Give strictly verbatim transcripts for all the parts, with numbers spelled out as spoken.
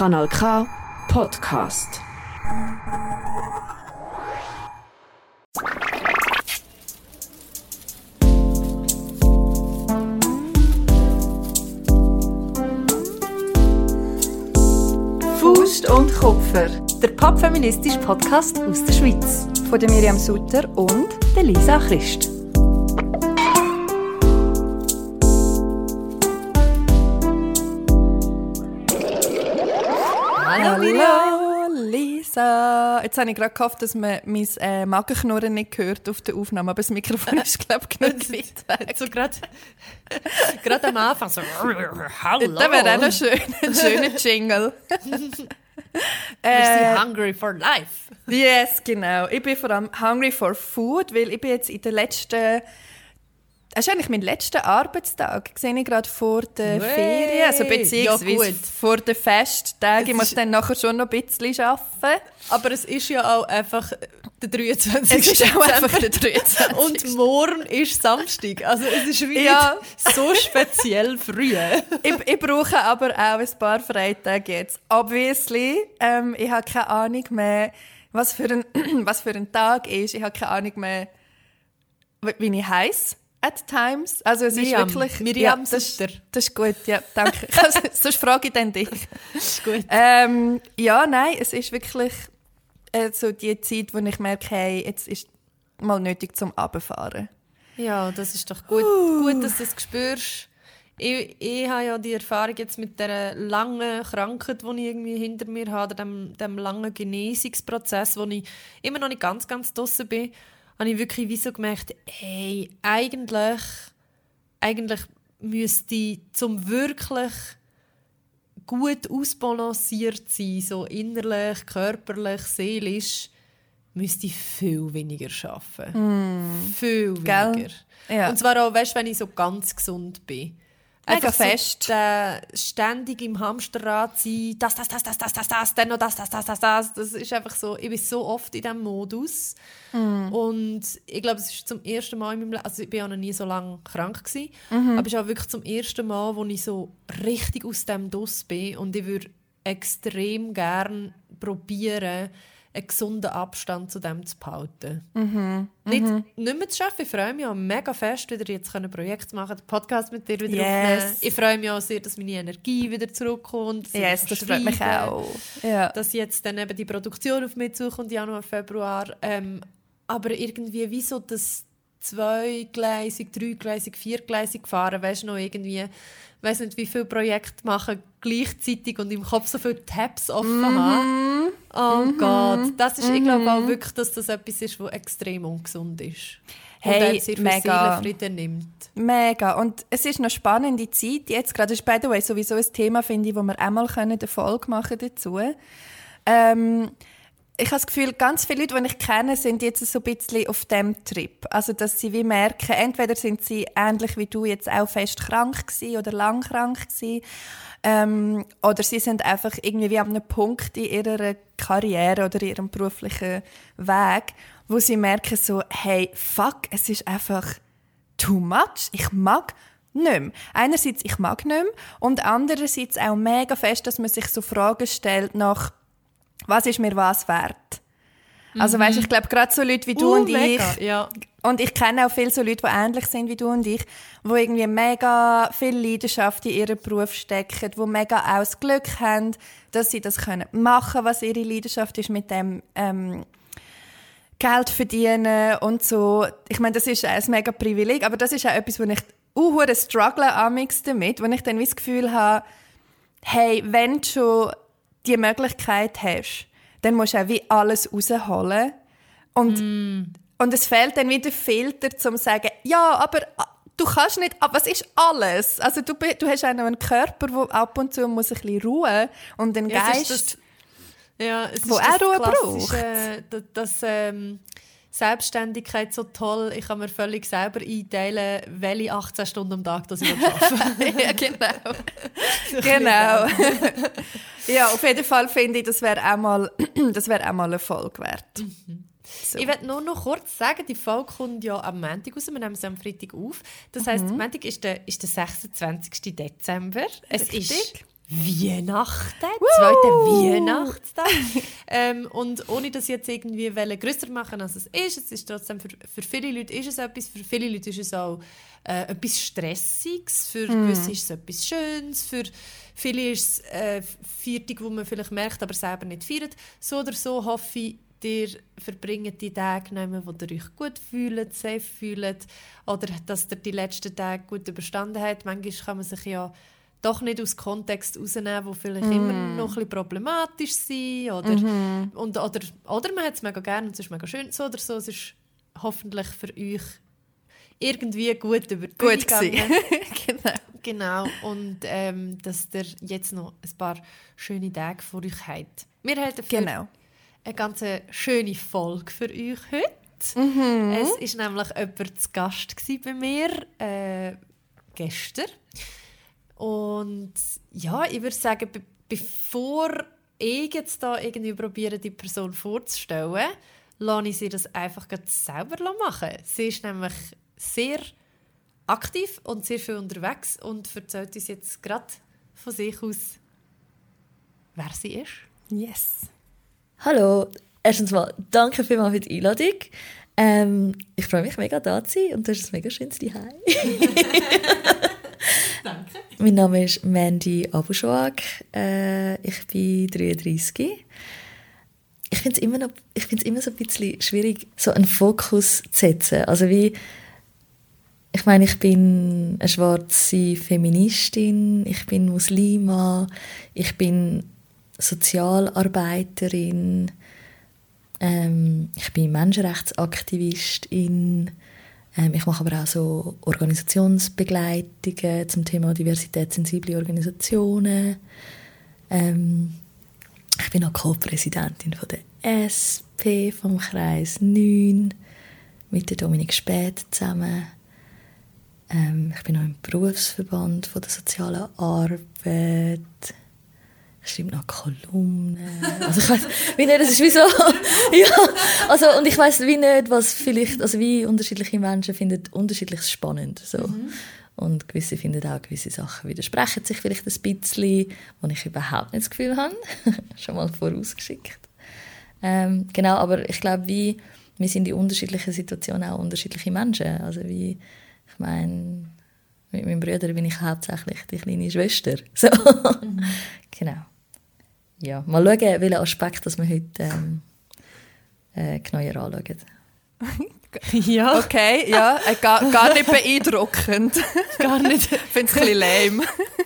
Kanal K Podcast. Faust und Kupfer, der popfeministische Podcast aus der Schweiz. Von der Miriam Sutter und der Lisa Christ. Hallo, Hallo Lisa. Jetzt habe ich gerade gehofft, dass man mein äh, Magenknurren nicht hört auf der Aufnahme, aber das Mikrofon ist, glaube ich, genug weit weg. So gerade am Anfang so «Hallo». Das wäre auch noch schön, ein schöner Jingle. Wir sind hungry for life. Yes, genau. Ich bin vor allem hungry for food, weil ich bin jetzt in der letzten... Das ist eigentlich mein letzter Arbeitstag. Ich sehe gerade vor der Wey. Ferien, also beziehungsweise Ja, vor den Festtagen. Ich muss dann nachher schon noch ein bisschen arbeiten. Aber es ist ja auch einfach der dreiundzwanzigste Es ist auch einfach der dreiundzwanzigste Und morgen ist Samstag. Also es ist wieder Ja. so speziell früh. ich, ich brauche aber auch ein paar Freitage jetzt. Obviously. Ähm, ich habe keine Ahnung mehr, was für ein, was für ein Tag ist. Ich habe keine Ahnung mehr, wie ich heiße. At times. Also es Miriam. ist wirklich... Miriam ja, das, Sutter. das ist gut, ja, danke. Also, sonst frage ich dann dich. Ist gut. Ähm, ja, nein, es ist wirklich äh, so die Zeit, wo ich merke, hey, jetzt ist mal nötig zum Runterfahren. Ja, das ist doch gut, uh. gut dass du das spürst. Ich, ich habe ja die Erfahrung jetzt mit dieser langen Krankheit, die ich irgendwie hinter mir habe, dem, dem langen Genesungsprozess, wo ich immer noch nicht ganz, ganz draussen bin, habe ich wirklich wie so gemerkt, hey, eigentlich, eigentlich müsste ich zum wirklich gut ausbalanciert sein, so innerlich, körperlich, seelisch, müsste ich viel weniger arbeiten. Mm. Viel Gell? weniger. Ja. Und zwar auch, weißt, wenn ich so ganz gesund bin. Mega Einfach fest. So, äh, ständig im Hamsterrad sein, das, das, das, das, das, das, das, dann noch das, das, das, das, das. Das ist einfach so, ich bin so oft in diesem Modus. Mm. Und ich glaube, es ist zum ersten Mal in meinem Leben, also ich war ja noch nie so lange krank gewesen, mm-hmm. aber es ist auch wirklich zum ersten Mal, wo ich so richtig aus dem Doss bin und ich würde extrem gerne probieren, einen gesunden Abstand zu dem zu behalten. Mhm. Nicht, mhm. nicht mehr zu schaffen. Ich freue mich auch mega fest, wieder jetzt ein Projekt zu machen, den Podcast mit dir wieder yes. aufnehmen. Ich freue mich auch sehr, dass meine Energie wieder zurückkommt. Yes, das freut mich auch. Ja. Dass jetzt dann eben die Produktion auf mich zukommt, Januar, Februar. Ähm, aber irgendwie wie so das zweigleisig, dreigleisig, viergleisig fahren, weißt du noch irgendwie, ich weiss nicht, wie viele Projekte machen gleichzeitig und im Kopf so viele Tabs offen mm-hmm. haben. Oh mm-hmm. Gott, das ist, mm-hmm. ich glaube auch wirklich, dass das etwas ist, was extrem ungesund ist. Hey, und sehr viel mega. Seelenfrieden nimmt. Mega. Und es ist eine spannende Zeit jetzt gerade. Das ist, by the way, sowieso ein Thema, finde ich, wo wir einmal eine Folge machen dazu. Ähm, ich habe das Gefühl, ganz viele Leute, die ich kenne, sind jetzt so ein bisschen auf diesem Trip. Also, dass sie wie merken, entweder sind sie ähnlich wie du jetzt auch fest krank gewesen oder lang krank gewesen, ähm, oder sie sind einfach irgendwie wie an einem Punkt in ihrer Karriere oder in ihrem beruflichen Weg, wo sie merken so, hey, fuck, es ist einfach too much. Ich mag nicht mehr. Einerseits, ich mag nicht mehr und andererseits auch mega fest, dass man sich so Fragen stellt nach, was ist mir was wert? Also mhm. weißt, ich glaube, gerade so Leute wie du uh, und mega. ich, ja. und ich kenne auch viele so Leute, die ähnlich sind wie du und ich, die irgendwie mega viel Leidenschaft in ihren Beruf stecken, die mega auch das Glück haben, dass sie das können machen, was ihre Leidenschaft ist, mit dem ähm, Geld verdienen und so. Ich meine, das ist ein mega Privileg, aber das ist auch etwas, wo ich uh, struggle amix damit, wo ich dann wie das Gefühl habe, hey, wenn du schon die Möglichkeit hast, dann musst du auch wie alles rausholen. Und, mm. und es fehlt dann wieder Filter, um zu sagen, ja, aber du kannst nicht, was ist alles? Also du, du hast auch noch einen Körper, der ab und zu muss ein bisschen ruhen und einen ja, Geist, das, ja, es wo ist auch das Ruhe braucht. Das, das ähm, Selbstständigkeit so toll, ich kann mir völlig selber einteilen, welche achtzehn Stunden am Tag das ich arbeite. Ja, genau. Genau. Ja, auf jeden Fall finde ich, das wäre auch mal, das wäre auch mal eine Folge wert. Mhm. So. Ich möchte nur noch kurz sagen, die Folge kommt ja am Montag raus, wir nehmen sie am Freitag auf. Das heisst, mhm. Montag ist der, ist der sechsundzwanzigsten Dezember. Es Richtig. ist Weihnachten, zweiten Weihnachtstag. ähm, und ohne das jetzt irgendwie grösser machen, als es ist, es ist trotzdem für, für viele Leute ist es etwas, für viele Leute ist es auch äh, etwas Stressiges, für mm. gewisse ist es etwas Schönes, für viele ist es äh, Viertig, wo man vielleicht merkt, aber selber nicht feiert. So oder so hoffe ich, ihr verbringt die Tage nehmen, wo ihr euch gut fühlt, safe fühlt, oder dass ihr die letzten Tage gut überstanden habt. Manchmal kann man sich ja doch nicht aus Kontext rausnehmen, wo vielleicht mm. immer noch ein bisschen problematisch sind, oder, mm-hmm. und, oder, oder man hat es mega gerne und es ist mega schön. So oder so, es ist hoffentlich für euch irgendwie gut über die Bühne gegangen. Genau. Genau. Und ähm, dass ihr jetzt noch ein paar schöne Tage vor euch habt. Wir haben dafür genau. eine ganz schöne Folge für euch heute. Mm-hmm. Es war nämlich jemand zu Gast bei mir äh, gestern. Und ja, ich würde sagen, be- bevor ich jetzt da irgendwie probiere, die Person vorzustellen, lasse ich sie das einfach selber machen. Sie ist nämlich sehr aktiv und sehr viel unterwegs und erzählt uns jetzt gerade von sich aus, wer sie ist. Yes. Hallo, erstens mal danke vielmals für die Einladung. Ähm, ich freue mich mega, da zu sein und du hast ein mega schönes Zuhause. Danke. Mein Name ist Mandy Abuschwag. Äh, ich bin dreiunddreissig. Ich finde es immer, noch, ich find's immer so ein bisschen schwierig, so einen Fokus zu setzen. Also wie, ich meine, ich bin eine schwarze Feministin, ich bin Muslima, ich bin Sozialarbeiterin, ähm, ich bin Menschenrechtsaktivistin. Ähm, ich mache aber auch so Organisationsbegleitungen zum Thema diversitätssensible Organisationen. Ähm, ich bin auch Co-Präsidentin von der S P vom Kreis neun mit der Dominik Späth zusammen. Ähm, ich bin auch im Berufsverband von der sozialen Arbeit. Ich schreibe noch Kolumnen. Also ich weiss, wie nicht, das ist wie so, ja, also, und ich weiss wie nicht, was vielleicht, also wie unterschiedliche Menschen finden unterschiedliches spannend, so. Mhm. Und gewisse finden auch gewisse Sachen widersprechen sich vielleicht ein bisschen, wo ich überhaupt nicht das Gefühl habe. Schon mal vorausgeschickt. Ähm, genau, aber ich glaube, wie, wir sind in unterschiedlichen Situationen auch unterschiedliche Menschen. Also wie, ich meine, mit meinem Bruder bin ich hauptsächlich die kleine Schwester. So. Mhm. Genau. Ja, mal schauen, welchen Aspekt dass wir heute ähm, äh, genauer anschauen. Ja. Okay, ja, äh, gar, gar nicht beeindruckend. Gar nicht. Ich finde es ein bisschen lame.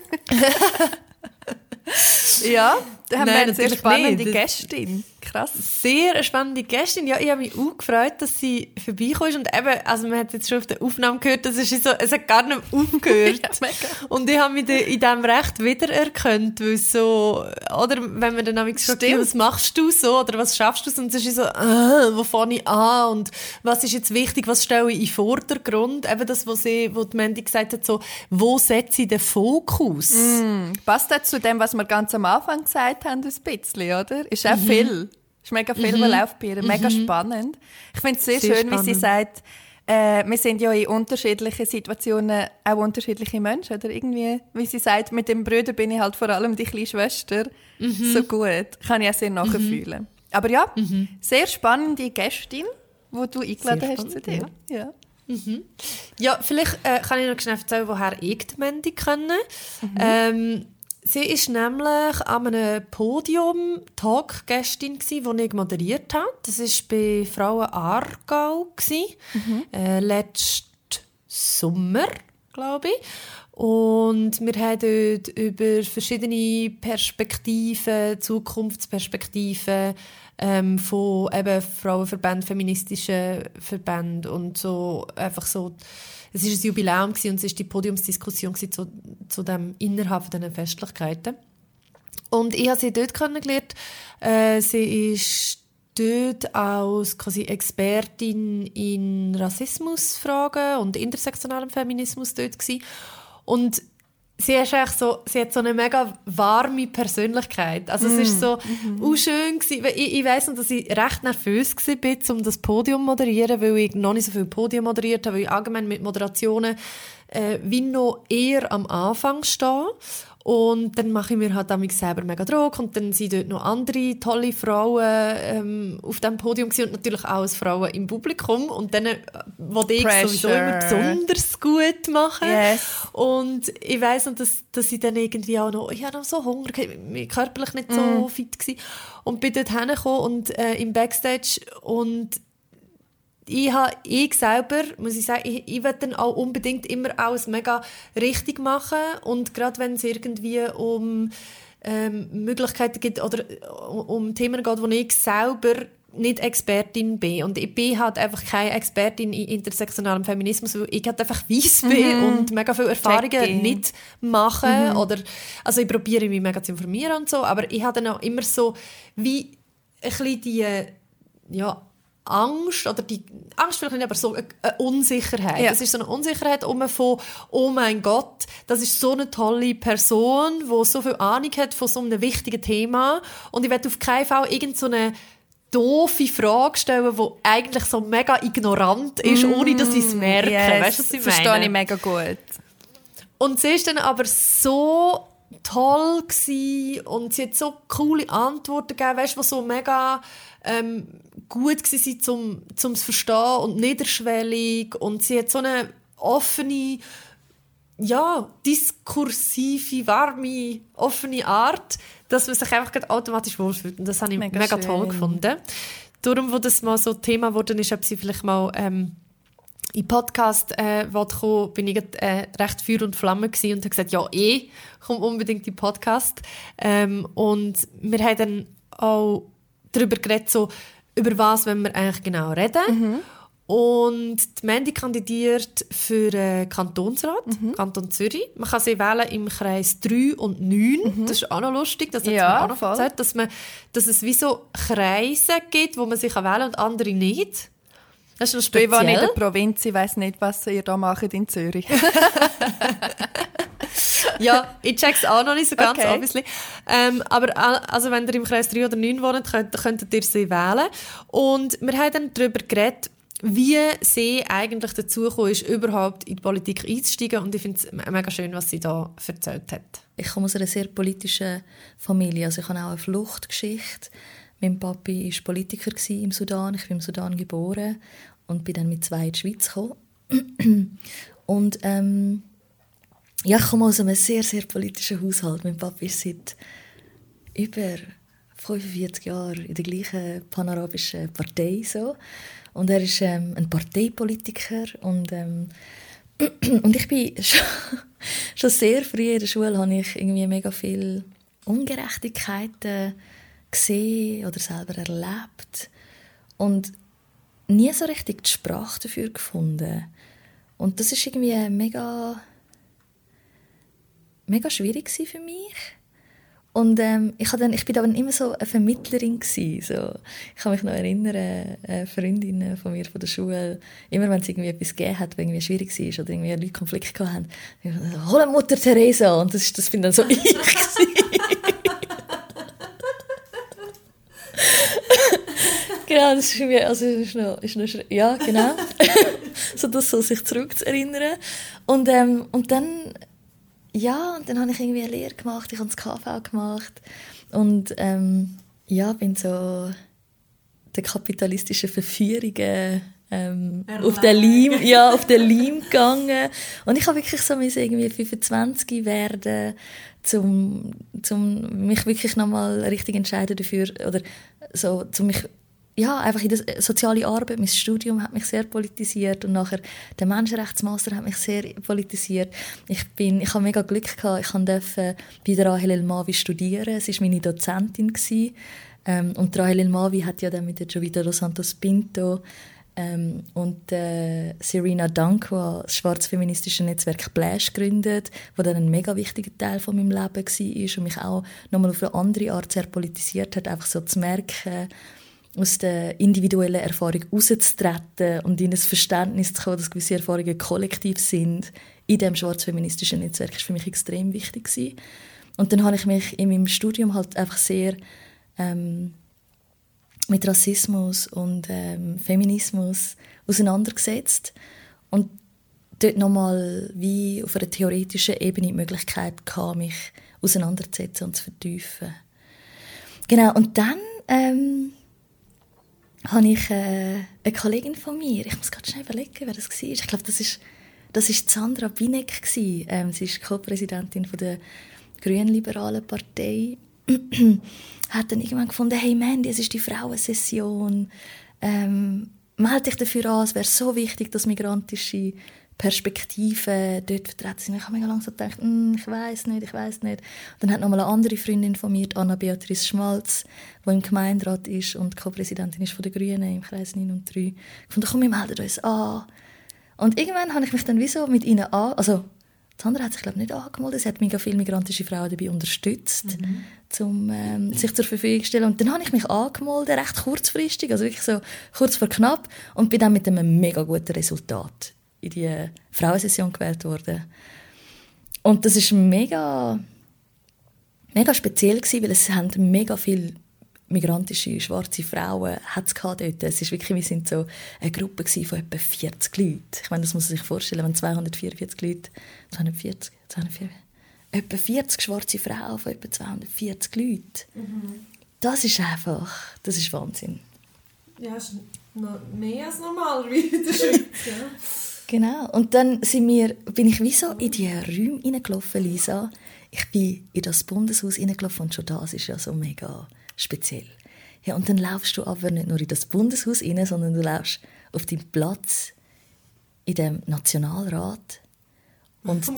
Ja, da haben Nein, wir eine sehr spannende nicht. Gästin. Krass. Sehr eine spannende Gästin. Ja, ich habe mich auch gefreut, dass sie vorbeikommt. Und eben, also man hat jetzt schon auf der Aufnahme gehört, das ist so, es hat gar nicht aufgehört. Ja, und ich habe mich in diesem recht wiedererkannt, weil so, oder wenn man dann gesagt hat, was machst du so, oder was schaffst du so, und es ist so, äh, wo fange ich an, und was ist jetzt wichtig, was stelle ich in den Vordergrund? Eben das, was sie, wo die Mandy gesagt hat, so, wo setze ich den Fokus? Mm, passt das zu dem, was wir ganz am Anfang gesagt haben, ein bisschen, oder? Ist auch mhm. viel. Ist mega viel, mhm. was läuft bei ihr. Mega mhm. spannend. Ich finde es sehr, sehr schön, spannend. Wie sie sagt, äh, wir sind ja in unterschiedlichen Situationen auch unterschiedliche Menschen. Oder irgendwie, wie sie sagt, mit dem Bruder bin ich halt vor allem die kleine Schwester. Mhm. So gut. Kann ich auch sehr nachfühlen. Mhm. Aber ja, mhm. sehr spannende Gästin, die du eingeladen hast zu dir. Ja. Ja. Mhm. Ja, vielleicht äh, kann ich noch schnell erzählen, woher ich die Mandy kenne. Mhm. Ähm, Sie war nämlich an einem Podium Talk-Gästin, die ich moderiert habe. Das war bei Frauen Aargau, mhm. äh, letzten Sommer, glaube ich. Und wir haben dort über verschiedene Perspektiven, Zukunftsperspektiven ähm, von eben Frauenverbänden, feministischen Verbänden und so einfach so. Es war ein Jubiläum und es war die Podiumsdiskussion zu, zu dem innerhalb dieser Festlichkeiten. Und ich habe sie dort kennengelernt. Äh, sie ist dort als quasi Expertin in Rassismusfragen und intersektionalem Feminismus dort gewesen. Und sie, ist so, sie hat so eine mega warme Persönlichkeit. Also mm. es war so mm-hmm. auch schön gewesen. Ich, ich weiss noch, dass ich recht nervös war, um das Podium zu moderieren, weil ich noch nicht so viel Podium moderiert habe, weil ich allgemein mit Moderationen äh, wie noch eher am Anfang stehe. Und dann mache ich mir halt damit selber mega Druck und dann sind dort noch andere tolle Frauen ähm, auf dem Podium gewesen und natürlich auch als Frauen im Publikum und dann, was ich Pressure. sowieso immer besonders gut mache. Yes. Und ich weiss noch, dass, dass ich dann irgendwie auch noch, ich hatte noch so Hunger, ich war körperlich nicht so Mm. fit gewesen. Und bin dort hingekommen und äh, im Backstage und ich, habe, ich selber, muss ich sagen, ich, ich will dann auch unbedingt immer alles mega richtig machen und gerade wenn es irgendwie um ähm, Möglichkeiten gibt oder um Themen geht, wo ich selber nicht Expertin bin und ich bin halt einfach keine Expertin in intersektionalem Feminismus, weil ich halt einfach weiss bin Mhm. und mega viele Erfahrungen Checking. nicht mache oder, also ich probiere mich mega zu informieren und so, aber ich habe dann auch immer so wie ein bisschen die, ja, Angst, oder die Angst vielleicht nicht, aber so eine, eine Unsicherheit. Ja. Das ist so eine Unsicherheit um von, oh mein Gott, das ist so eine tolle Person, die so viel Ahnung hat von so einem wichtigen Thema und ich werde auf keinen Fall irgend so eine doofe Frage stellen, die eigentlich so mega ignorant ist, mm, ohne dass ich es merke. Yes, Weißt du, was ich meine? verstehe ich mega gut. Und sie war dann aber so toll gewesen und sie hat so coole Antworten gegeben, weißt du, die so mega ähm, gut waren, zum, zum zu verstehen und niederschwellig. Und sie hat so eine offene, ja, diskursive, warme, offene Art, dass man sich einfach automatisch wohlfühlt. Und das habe ich Mega mega, schön. toll gefunden. Darum, wo das mal so Thema geworden ist, ob sie vielleicht mal ähm, in den Podcast äh, kommen, bin ich äh, recht Feuer und Flamme gewesen und habe gesagt, ja, eh, komm unbedingt in den Podcast. Ähm, und wir haben dann auch darüber geredet, so, über was wollen wir eigentlich genau reden. Mhm. Und die Mandy kandidiert für den Kantonsrat, mhm. Kanton Zürich. Man kann sie wählen im Kreis drei und neun. Mhm. Das ist auch noch lustig, das hat Ja, mir auch noch voll. erzählt, dass, man, dass es wie so Kreise gibt, wo man sich wählen kann und andere nicht. Das ist noch Ich speziell. wohne in der Provinz, ich weiss nicht, was ihr da macht in Zürich. Ja, ich check's auch noch nicht so ganz, Okay. obviously. Ähm, aber also, wenn ihr im Kreis drei oder neun wohnt, könnt, könntet ihr sie wählen. Und wir haben dann darüber geredet, wie sie eigentlich dazu gekommen ist, überhaupt in die Politik einzusteigen. Und ich finde es mega schön, was sie da erzählt hat. Ich komme aus einer sehr politischen Familie. Also ich habe auch eine Fluchtgeschichte. Mein Papi war Politiker im Sudan. Ich bin im Sudan geboren und bin dann mit zwei in die Schweiz gekommen. Und ähm, ja, ich komme aus einem sehr, sehr politischen Haushalt. Mein Papi ist seit über fünfundvierzig Jahren in der gleichen panarabischen Partei. So. Und er ist ähm, ein Parteipolitiker. Und, ähm, und ich bin schon, schon sehr früh in der Schule habe ich irgendwie mega viele Ungerechtigkeiten gesehen oder selber erlebt. Und nie so richtig die Sprache dafür gefunden. Und das war irgendwie mega, mega schwierig für mich. Und ähm, ich, dann, ich bin dann immer so eine Vermittlerin gewesen, so. Ich kann mich noch erinnern, äh, Freundinnen von mir von der Schule, immer wenn es irgendwie etwas gegeben hat, was irgendwie schwierig war oder irgendwie Leute Konflikte hatten, so, hol Mutter Teresa. Und das, das bin dann so ich gewesen. Genau, das ist irgendwie, also ist noch, ist noch, ja, genau. So das so sich zurückzuerinnern. Und, ähm, und dann, ja, und dann habe ich irgendwie eine Lehre gemacht, ich habe das K V gemacht und ähm, ja, bin so der kapitalistischen Verführungen ähm, auf den Leim, ja, auf den Leim gegangen. Und ich habe wirklich so müssen irgendwie fünfundzwanzig werden, zum, zum mich wirklich nochmal richtig entscheiden dafür, oder so, zum mich ja, einfach in der sozialen Arbeit, mein Studium hat mich sehr politisiert und nachher der Menschenrechtsmaster hat mich sehr politisiert. Ich bin, ich habe mega Glück gehabt, ich durfte bei der Rahel El-Mawi studieren, sie war meine Dozentin gewesen. Ähm, und Rahel El-Mawi hat ja dann mit der Jovita dos Santos Pinto ähm, und äh, Serena Danko das schwarzfeministische Netzwerk Plash gegründet, wo dann ein mega wichtiger Teil von meinem Leben war und mich auch nochmal auf eine andere Art sehr politisiert hat, einfach so zu merken, aus der individuellen Erfahrung rauszutreten und in ein Verständnis zu kommen, dass gewisse Erfahrungen kollektiv sind in diesem schwarzfeministischen Netzwerk, war für mich extrem wichtig gewesen. Und dann habe ich mich in meinem Studium halt einfach sehr ähm, mit Rassismus und ähm, Feminismus auseinandergesetzt. Und dort nochmal wie auf einer theoretischen Ebene die Möglichkeit gehabt, mich auseinanderzusetzen und zu vertiefen. Genau, und dann ähm, habe ich äh, eine Kollegin von mir, ich muss gerade schnell überlegen, wer das war. Ich glaube, das ist, das ist Sandra Binek gewesen. Ähm, sie ist Co-Präsidentin von der Grünliberalen Partei. Hat dann irgendwann gefunden, hey Mandy, es ist die Frauensession. Ähm, melde dich dafür an, es wäre so wichtig, dass migrantische Perspektiven dort vertreten sind. Ich habe mir langsam gedacht, ich weiß nicht, ich weiß nicht. Und dann hat noch mal eine andere Freundin von mir, Anna-Beatrice Schmalz, die im Gemeinderat ist und Co-Präsidentin ist von den Grünen im Kreis neun und drei, gefunden, komm, wir melden uns an. Und irgendwann habe ich mich dann wie so mit ihnen an... Also, Sandra hat sich, glaube ich, nicht angemeldet. Sie hat mega viele migrantische Frauen dabei unterstützt, mhm. um ähm, sich zur Verfügung zu stellen. Und dann habe ich mich angemeldet, recht kurzfristig, also wirklich so kurz vor knapp, und bin dann mit einem mega guten Resultat in die Frauensession gewählt worden. Und das war mega, mega speziell gewesen, weil es haben mega viele migrantische, schwarze Frauen hat's dort. Es ist wirklich, wir sind so eine Gruppe von etwa vierzig Leuten. Ich meine, das muss man sich vorstellen, wenn zweihundertvierundvierzig Leute, zweihundertvierzig, zweihundertvierzig, etwa vierzig schwarze Frauen von etwa zweihundertvierzig Leuten. Mhm. Das ist einfach, das ist Wahnsinn. Ja, das ist noch mehr als normal wie in der Schweiz. Ja. Genau. Und dann sind wir, bin ich wie so in die Räume reingelaufen, Lisa. Ich bin in das Bundeshaus reingelaufen und schon das ist ja so mega speziell. Ja, und dann laufst du aber nicht nur in das Bundeshaus rein, sondern du laufst auf deinen Platz in dem Nationalrat. Und,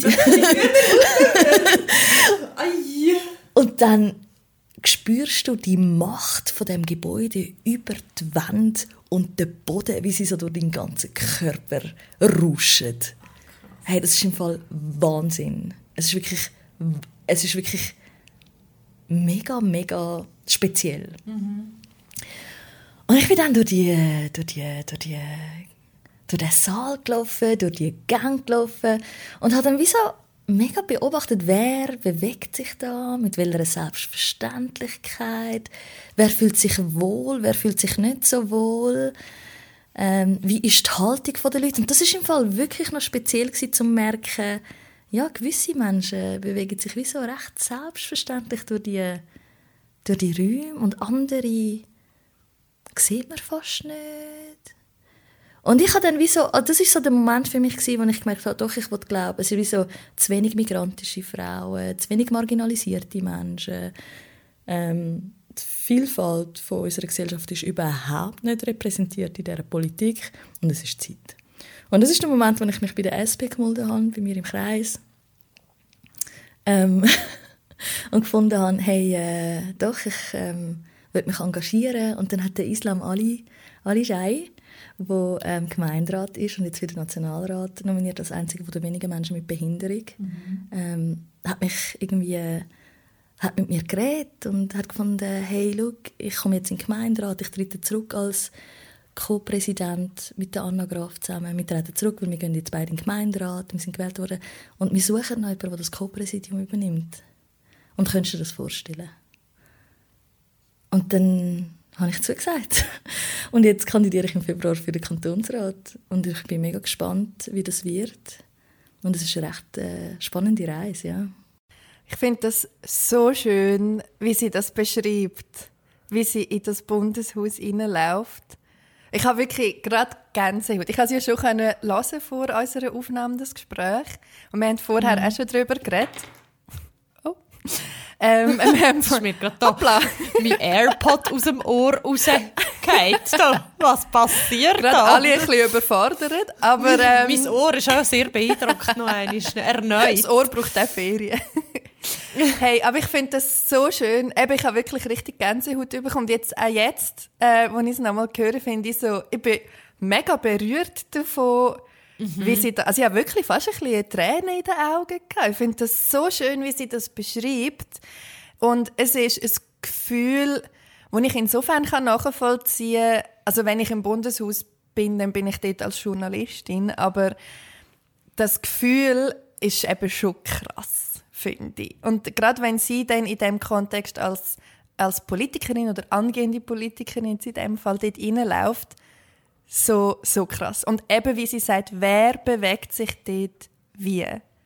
und dann spürst du die Macht von dem Gebäude über die Wände und den Boden, wie sie so durch deinen ganzen Körper rauschen. Hey, das ist im Fall Wahnsinn. Es ist wirklich, es ist wirklich mega, mega speziell. Mhm. Und ich bin dann durch die, durch die, durch die, durch den Saal gelaufen, durch die Gänge gelaufen und habe dann wie so mega beobachtet, wer bewegt sich da, mit welcher Selbstverständlichkeit, wer fühlt sich wohl, wer fühlt sich nicht so wohl, ähm, wie ist die Haltung der Leute. Und das ist im Fall wirklich noch speziell gewesen, zu merken, ja, gewisse Menschen bewegen sich wie so recht selbstverständlich durch die, durch die Räume und andere sieht man fast nicht. Und ich habe dann wie so, das ist so der Moment für mich gewesen, wo ich gemerkt habe, doch, ich will glauben, es sind wie so zu wenig migrantische Frauen, zu wenig marginalisierte Menschen. Ähm, die Vielfalt von unserer Gesellschaft ist überhaupt nicht repräsentiert in dieser Politik und es ist Zeit. Und das ist der Moment, wo ich mich bei der S P gemeldet habe, bei mir im Kreis. Ähm, und gefunden habe, hey, äh, doch, ich ähm, will mich engagieren. Und dann hat der Islam Ali, Ali Jai, der ähm, Gemeinderat ist und jetzt wieder Nationalrat nominiert, als einziger von den wenigen Menschen mit Behinderung, mhm. ähm, hat mich irgendwie äh, hat mit mir geredet und hat gefunden, hey, look, ich komme jetzt in den Gemeinderat, ich trete zurück als Co-Präsident mit der Anna Graf zusammen. Wir treten zurück, weil wir gehen jetzt beide in den Gemeinderat, wir sind gewählt worden und wir suchen noch jemanden, der das Co-Präsidium übernimmt. Und könntest du dir das vorstellen? Und dann habe ich zugesagt. Und jetzt kandidiere ich im Februar für den Kantonsrat. Und ich bin mega gespannt, wie das wird. Und es ist eine recht äh, spannende Reise, ja. Ich finde das so schön, wie sie das beschreibt, wie sie in das Bundeshaus hineinläuft. Ich habe wirklich gerade Gänsehaut. Ich konnte es ja schon hören vor unserer Aufnahme, das Gespräch. Und wir haben vorher mhm. auch schon darüber geredet. Oh. Ähm, wir haben das ist mir gerade da wie AirPod aus dem Ohr rausgeht. Was passiert gerade da? Alle ein bisschen überfordert. Aber, ähm, mein Ohr ist auch sehr beeindruckt. Noch einmal erneut. Das Ohr braucht auch Ferien. Hey, aber ich finde das so schön. Eben, ich habe wirklich richtig Gänsehaut bekommen. Und jetzt, auch jetzt, äh, als ich es nochmal höre, finde ich so, ich bin mega berührt davon, mhm. wie sie da, also ich habe wirklich fast ein bisschen Tränen in den Augen gehabt. Ich finde das so schön, wie sie das beschreibt. Und es ist ein Gefühl, das ich insofern nachvollziehen kann. Also wenn ich im Bundeshaus bin, dann bin ich dort als Journalistin. Aber das Gefühl ist eben schon krass, finde ich. Und gerade wenn sie dann in diesem Kontext als, als Politikerin oder angehende Politikerin in diesem Fall dort reinläuft, so, so krass. Und eben, wie sie sagt, wer bewegt sich dort wie?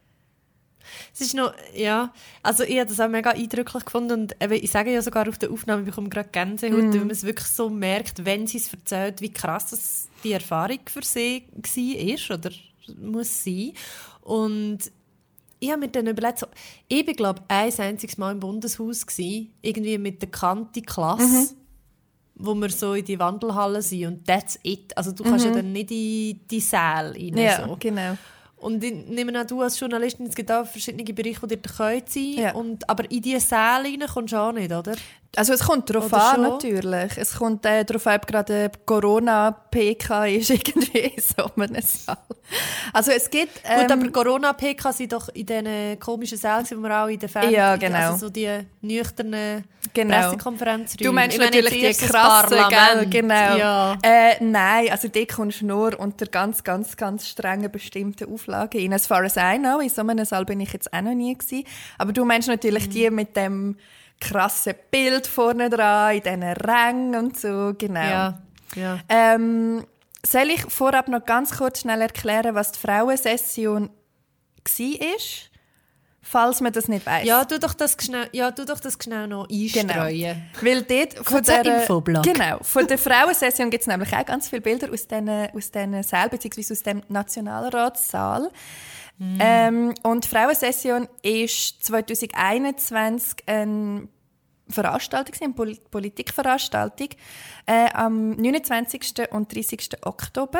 Es ist noch, ja, also ich habe das auch mega eindrücklich gefunden und eben, ich sage ja sogar auf der Aufnahme, ich bekomme gerade Gänsehaut, mm. weil man es wirklich so merkt, wenn sie es erzählt, wie krass das die Erfahrung für sie war oder muss sein. Und ich habe mir dann überlegt, so, ich war, glaube ich, ein einziges Mal im Bundeshaus gewesen, irgendwie mit der Kante-Klasse, mhm. wo wir so in die Wandelhalle sind und that's it. Also du kannst mhm. ja dann nicht in die Säle rein. Ja, so. genau. Und ich nehme an, du als Journalistin, es gibt auch verschiedene Bereiche, die dir sein können. Ja. Und, aber in diese Säle rein kommst du auch nicht, oder? Also es kommt darauf Oder an, schon? natürlich. Es kommt äh, darauf an, ob gerade Corona-P K ist irgendwie in so einem Saal. Also es gibt... Ähm, Gut, aber Corona-P K sind doch in diesen komischen Sälen, wo wir auch in den Fernsehen... Ja, genau. Also so die nüchternen genau. Pressekonferenzräume. Du meinst ich meine, natürlich die krassen, gell? Genau. Ja. Äh, nein, also die kommst du nur unter ganz, ganz, ganz strengen bestimmten Auflagen rein. As far as I know, in so einem Saal bin ich jetzt auch noch nie gewesen. Aber du meinst natürlich mhm. die mit dem krasse Bild vorne dran, in diesen Rängen und so, genau. Ja, ja. Ähm, soll ich vorab noch ganz kurz schnell erklären, was die Frauensession war? Falls man das nicht weiss. Ja, tu doch das schnell, ja, tu doch das schnell noch einstreuen. Genau. Weil dort von der, Infoblog. Genau, von der Frauensession gibt es nämlich auch ganz viele Bilder aus diesen aus diesen Sälen, beziehungsweise aus dem Nationalratssaal. Mm. Ähm, und die Frauensession war zwanzig einundzwanzig eine Veranstaltung, eine Pol- Politikveranstaltung äh, am neunundzwanzigsten und dreißigsten Oktober.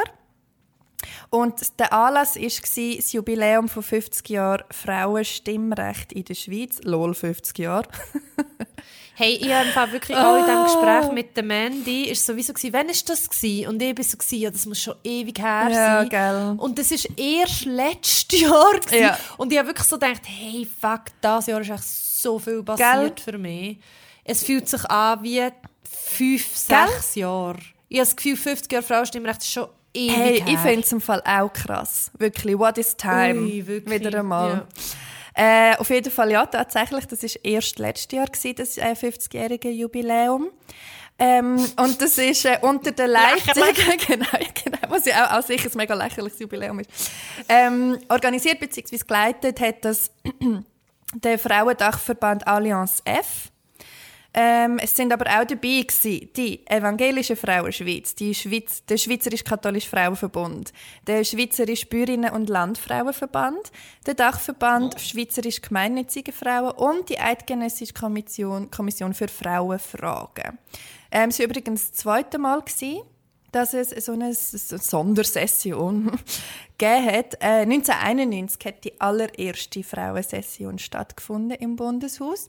Und der Anlass war das Jubiläum von fünfzig Jahren Frauenstimmrecht in der Schweiz. Lol, fünfzig Jahre. Hey, ich habe wirklich auch in diesem Gespräch mit der Mandy, ist sowieso gewesen, wann war das gewesen? Und ich war so, gewesen, ja, das muss schon ewig her ja, sein. Gell. Und das war erst letztes Jahr gewesen. Ja. Und ich habe wirklich so gedacht, hey, fuck, dieses Jahr ist echt so viel passiert Gell. für mich. Es fühlt sich an wie fünf, sechs Jahre. Ich habe das Gefühl, fünfzig Jahre Frauenstimmrecht ist schon ewig Hey, her. ich finde es im Fall auch krass. Wirklich, what is time? Ui, wirklich. Wieder einmal. Ja. Äh, auf jeden Fall, ja, tatsächlich, das war erst letztes Jahr, gewesen, das äh, fünfzigjährige Jubiläum. Ähm, und das ist äh, unter der Leitung, genau, genau, was ja auch, auch sicher ein mega lächerliches Jubiläum ist, ähm, organisiert bzw. geleitet hat das der Frauendachverband Allianz F. Ähm, es sind aber auch dabei gewesen, die Evangelische Frauenschweiz, die Schweiz, der Schweizerisch-Katholische Frauenverbund, der Schweizerische Bäuerinnen- und Landfrauenverband, der Dachverband Schweizerisch Gemeinnützige Frauen und die Eidgenössische Kommission, Kommission für Frauenfragen. Ähm, es war übrigens das zweite Mal gewesen, dass es so eine Sondersession gegeben hat. Äh, neunzehnhunderteinundneunzig hat die allererste Frauensession stattgefunden im Bundeshaus.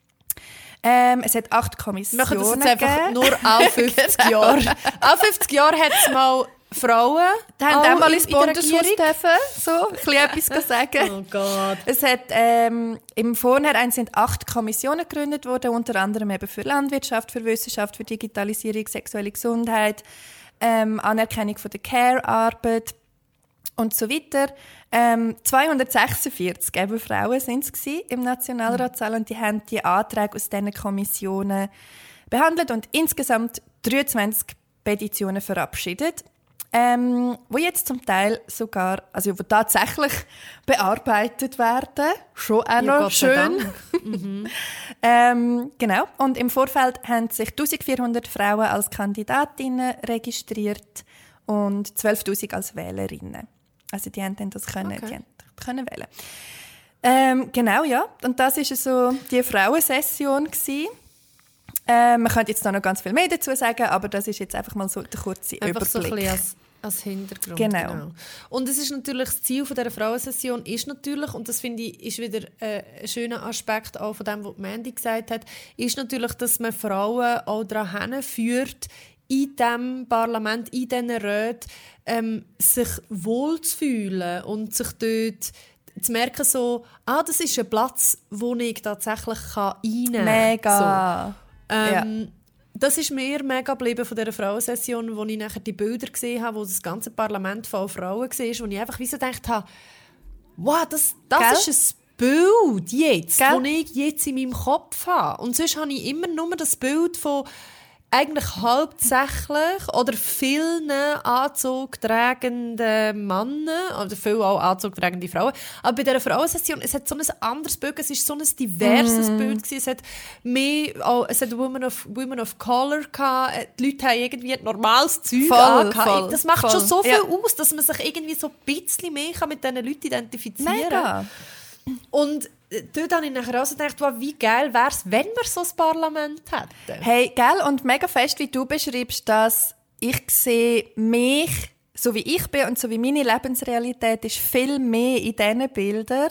Ähm, es hat acht Kommissionen gegeben. Wir machen das jetzt einfach gegeben. nur alle fünfzig genau. Jahre. Alle fünfzig Jahre hat es mal Frauen. Die haben auch mal in, ins in der Bundeshaus Regierung. dürfen, so ein bisschen etwas sagen. Oh Gott. Es hat ähm, im Vorhinein sind acht Kommissionen gegründet worden, unter anderem eben für Landwirtschaft, für Wissenschaft, für Digitalisierung, sexuelle Gesundheit, ähm, Anerkennung von der Care-Arbeit und so weiter. Ähm, zweihundertsechsundvierzig eben Frauen sind es im Nationalratssaal und die haben die Anträge aus diesen Kommissionen behandelt und insgesamt dreiundzwanzig Petitionen verabschiedet, ähm, wo jetzt zum Teil sogar, also wo tatsächlich bearbeitet werden, schon auch Ja, noch Gott sei schön. Dank. Mhm. ähm, genau. Und im Vorfeld haben sich eintausendvierhundert Frauen als Kandidatinnen registriert und zwölftausend als Wählerinnen. Also die haben dann das können, Okay. die haben können wählen. Ähm, genau, ja. Und das war so die Frauensession gewesen. Ähm, man könnte jetzt noch ganz viel mehr dazu sagen, aber das ist jetzt einfach mal so der kurze Einfach Überblick. so ein bisschen als, als Hintergrund. Genau. Genau. Und es ist natürlich, das Ziel von dieser Frauensession ist natürlich, und das finde ich, ist wieder äh, ein schöner Aspekt auch von dem, was Mandy gesagt hat, ist natürlich, dass man Frauen auch daran hinführt, in diesem Parlament, in diesen Räten, ähm, sich wohlzufühlen und sich dort zu merken, so, ah, das ist ein Platz, wo ich tatsächlich reinnehmen kann. Mega. So. Ähm, Ja. Das ist mir mega geblieben von dieser Frauensession, wo ich nachher die Bilder gesehen habe, wo das ganze Parlament voll Frauen war, wo ich einfach wie so gedacht habe, wow, das, das ist ein Bild jetzt, Gell? das ich jetzt in meinem Kopf habe. Und sonst habe ich immer nur das Bild von eigentlich hauptsächlich oder vielen Anzug tragenden Männern oder viele auch Anzug tragende Frauen. Aber bei dieser Frauensession, es hat so ein anderes Bild, es war so ein diverses mm. Bild gewesen. Es hat mehr, auch, es hat Women of, Women of Color gehabt. Die Leute haben irgendwie normales Zeug voll, angehabt. voll, das macht voll. schon so viel ja. aus, dass man sich irgendwie so ein bisschen mehr mit diesen Leuten identifizieren Mega. kann. Und dort habe ich nachher auch gedacht, wow, wie geil wäre es, wenn wir so ein Parlament hätten. Hey, gell? Und mega fest, wie du beschreibst, dass ich sehe mich, so wie ich bin und so wie meine Lebensrealität ist, viel mehr in diesen Bildern,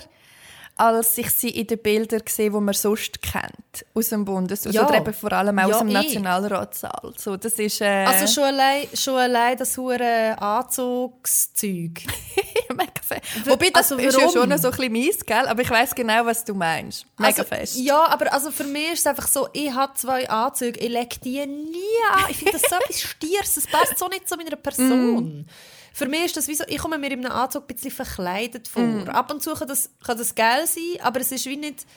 als ich sie in den Bildern sehe, die man sonst kennt, aus dem Bundes, ja. oder eben vor allem auch ja, aus dem eh. Nationalratssaal. So, das ist, äh... Also schon allein, schon allein das hure Anzugszeug. Mega fest. Wobei, das also, ist ja schon noch so ein bisschen mies, gell? Aber ich weiss genau, was du meinst. Mega also, fest. Ja, aber also für mich ist es einfach so, ich habe zwei Anzüge, ich lege die nie an. Ich finde das so etwas Stieres, das passt so nicht zu meiner Person. Mm. Für mich ist das wie so, ich komme mir in einem Anzug ein bisschen verkleidet vor. Mm. Ab und zu kann das, kann das geil sein, aber es ist wie nicht...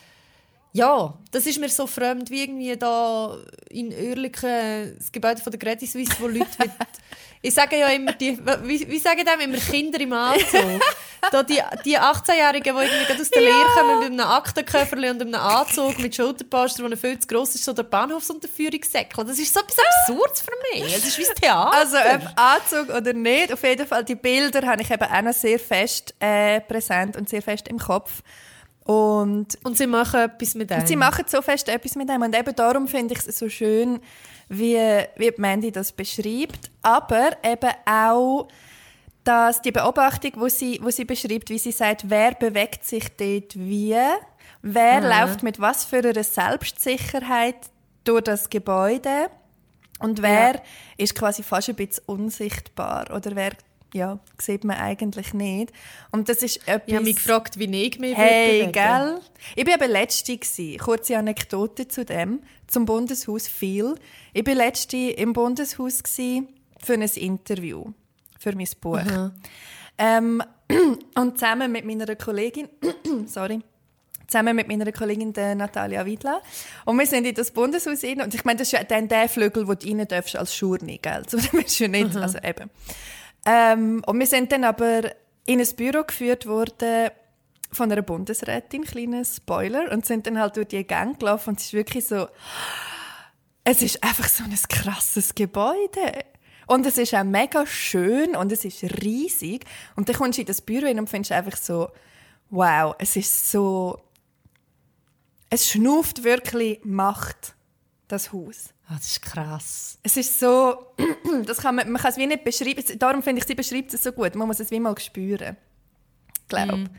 Ja, das ist mir so fremd, wie irgendwie da in Oerlikon, das Gebäude von der Credit Suisse, wo Leute mit... Ich sage ja immer, die, wie, wie sagen die immer, Kinder im Anzug. Da die, die achtzehnjährigen, die irgendwie gerade aus der ja. Lehre kommen, mit einem Aktenköfferli und einem Anzug mit Schulterpolster, der viel zu gross ist, so der Bahnhofsunterführung säckeln. Das ist so etwas Absurdes für mich. Es ist wie das Theater. Also ob Anzug oder nicht, auf jeden Fall, die Bilder habe ich eben auch noch sehr fest äh, präsent und sehr fest im Kopf. Und, und sie machen etwas mit dem. Sie machen so fest etwas mit dem. Und eben darum finde ich es so schön, wie, wie Mandy das beschreibt. Aber eben auch dass die Beobachtung, wo sie, wo sie beschreibt, wie sie sagt, wer bewegt sich dort wie, wer Aha. läuft mit was für einer Selbstsicherheit durch das Gebäude und wer ja. ist quasi fast ein bisschen unsichtbar oder wer ja, sieht man eigentlich nicht. Und das ist etwas... Ich habe mich gefragt, wie ich mich Hey, bewegen. gell? Ich war eben letzte. Kurze Anekdote zu dem, zum Bundeshaus viel. Ich war letzte im Bundeshaus für ein Interview, für mein Buch. Ähm, und zusammen mit meiner Kollegin, sorry, zusammen mit meiner Kollegin der Natalia Wiedla. Und wir sind in das Bundeshaus rein. Und ich meine, das ist ja dann der Flügel, wo du rein darfst als Schurni, gell? So, das ist ja nicht, also eben. Ähm, und wir sind dann aber in ein Büro geführt worden von einer Bundesrätin, kleiner Spoiler, und sind dann halt durch die Gänge gelaufen und es ist wirklich so, es ist einfach so ein krasses Gebäude. Und es ist auch mega schön und es ist riesig. Und dann kommst du in das Büro hin und findest einfach so, wow, es ist so, es schnauft wirklich Macht, das Haus. Oh, das ist krass. Es ist so, das kann man, man kann es wie nicht beschreiben. Darum finde ich, sie beschreibt es so gut. Man muss es wie mal spüren. Ich glaube. Mm.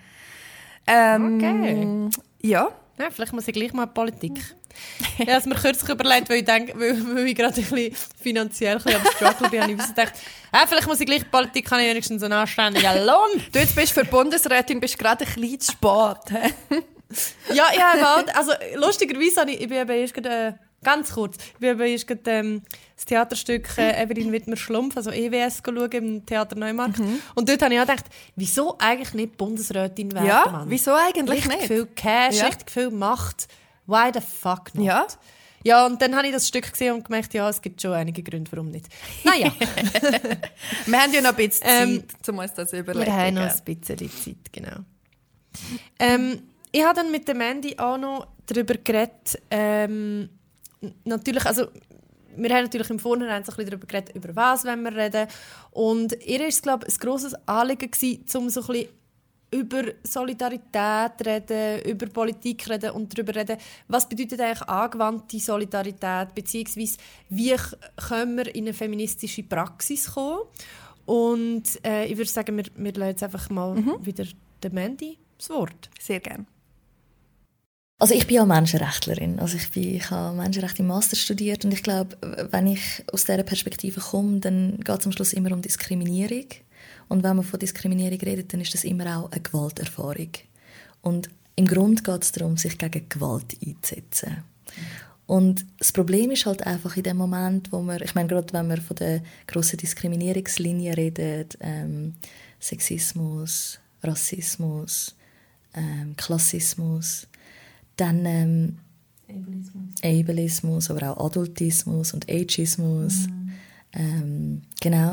Ähm, okay. Ja. ja. Vielleicht muss ich gleich mal Politik. Ich habe es mir kürzlich überlegt, weil ich, denke, weil, weil ich gerade ein bisschen finanziell ein bisschen am Struggle bin. Und ich gedacht, ja, vielleicht muss ich gleich Politik, kann ich wenigstens so einen anständigen Lohn. Du jetzt bist für Bundesrätin, bist gerade ein bisschen zu spät. Ja, ich habe also lustigerweise habe ich, ich bin eben erst gerade... Ganz kurz. Ich bin erst gerade ähm, das Theaterstück äh, Evelyn Wittmer-Schlumpf, also E W S, schauen im Theater Neumarkt. Mhm. Und dort habe ich auch gedacht, wieso eigentlich nicht Bundesrätin werden, ja, Mann? Wieso eigentlich richtig nicht? Viel Cash, ja. richtig viel Macht. Why the fuck not? Ja. Ja, und dann habe ich das Stück gesehen und gemerkt, ja, es gibt schon einige Gründe, warum nicht. Naja. Wir haben ja noch ein bisschen ähm, Zeit, um uns das überlegen. Wir haben noch ein bisschen Zeit, genau. ähm, ich habe dann mit der Mandy auch noch darüber geredet, ähm, natürlich, also wir haben natürlich im Vorhinein so ein bisschen darüber geredet, über was wenn wir reden. Und ihr war es, glaube ich, ein grosses Anliegen gewesen, um so ein bisschen über Solidarität reden, über Politik reden und darüber reden, was bedeutet eigentlich angewandte Solidarität, beziehungsweise wie können wir in eine feministische Praxis kommen. Und äh, ich würde sagen, wir, wir lassen jetzt einfach mal mhm. wieder der Mandy das Wort. Sehr gerne. Also ich bin ja Menschenrechtlerin. Also ich, bin, ich habe Menschenrecht im Master studiert und ich glaube, wenn ich aus dieser Perspektive komme, dann geht es am Schluss immer um Diskriminierung. Und wenn man von Diskriminierung redet, dann ist das immer auch eine Gewalterfahrung. Und im Grunde geht es darum, sich gegen Gewalt einzusetzen. Und das Problem ist halt einfach in dem Moment, wo man, ich meine, gerade wenn man von der grossen Diskriminierungslinie redet, ähm, Sexismus, Rassismus, ähm, Klassismus, dann ähm, Ableismus. Ableismus, aber auch Adultismus und Ageismus. Mhm. Ähm, genau.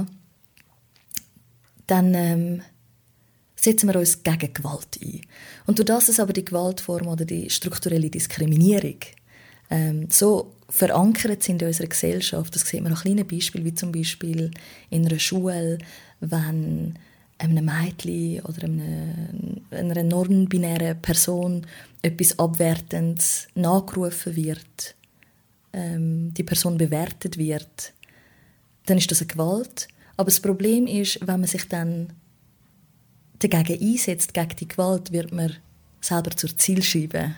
Dann ähm, setzen wir uns gegen Gewalt ein. Und durch das ist aber die Gewaltform oder die strukturelle Diskriminierung ähm, so verankert sind in unserer Gesellschaft. Das sieht man an kleinen Beispielen, wie zum Beispiel in einer Schule, wenn einem Mädchen oder einer, einer non-binären Person etwas Abwertendes nachgerufen wird, ähm, die Person bewertet wird, dann ist das eine Gewalt. Aber das Problem ist, wenn man sich dann dagegen einsetzt, gegen die Gewalt, wird man selber zur Zielscheibe.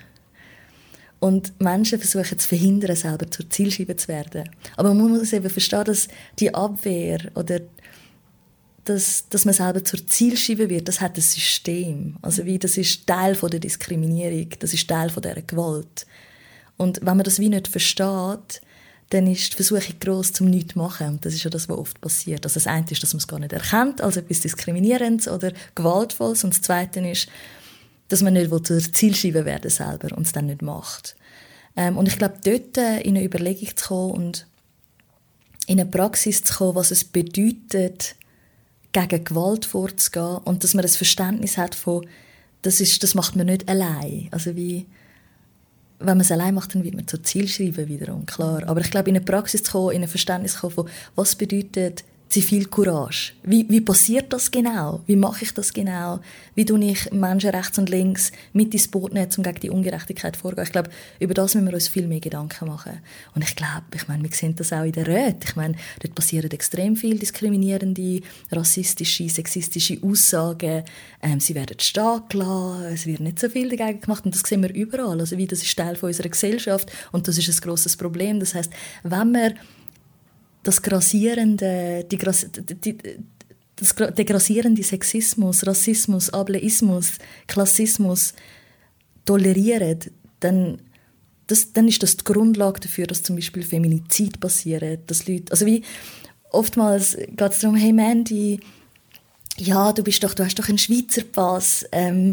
Und Menschen versuchen zu verhindern, selber zur Zielscheibe zu werden. Aber man muss eben verstehen, dass die Abwehr oder dass, dass man selber zur Zielscheibe wird, das hat ein System. Also wie, das ist Teil von der Diskriminierung, das ist Teil von dieser Gewalt. Und wenn man das wie nicht versteht, dann ist die Versuchung gross, zum nichts zu machen. Und das ist ja das, was oft passiert. Also das eine ist, dass man es gar nicht erkennt als etwas Diskriminierendes oder Gewaltvolles. Und das Zweite ist, dass man nicht zur Zielscheibe werden selber und es dann nicht macht. Ähm, und ich glaube, dort in eine Überlegung zu kommen und in eine Praxis zu kommen, was es bedeutet, gegen Gewalt vorzugehen und dass man das Verständnis hat von, das, ist, das macht man nicht allein. Also wie, wenn man es allein macht, dann wird man zur Zielscheibe wiederum, klar. Aber ich glaube, in eine Praxis zu kommen, in ein Verständnis zu kommen von, was bedeutet Zivilcourage? Wie, wie passiert das genau? Wie mache ich das genau? Wie tue ich Menschen rechts und links mit ins Boot nehmen, um gegen die Ungerechtigkeit vorzugehen? Ich glaube, über das müssen wir uns viel mehr Gedanken machen. Und ich glaube, ich meine, wir sehen das auch in den Räten. Ich meine, dort passieren extrem viele diskriminierende, rassistische, sexistische Aussagen. Ähm, sie werden stark gelassen, es wird nicht so viel dagegen gemacht. Und das sehen wir überall. Also wie, das ist Teil von unserer Gesellschaft und das ist ein grosses Problem. Das heisst, wenn wir das grassierende, die, die, das, der grassierende Sexismus, Rassismus, Ableismus, Klassismus tolerieren, dann, das, dann ist das die Grundlage dafür, dass zum Beispiel Feminizid passieren, dass Leute, also wie oftmals geht es darum, hey Mandy, ja, du bist doch, du hast doch einen Schweizer Pass, ähm,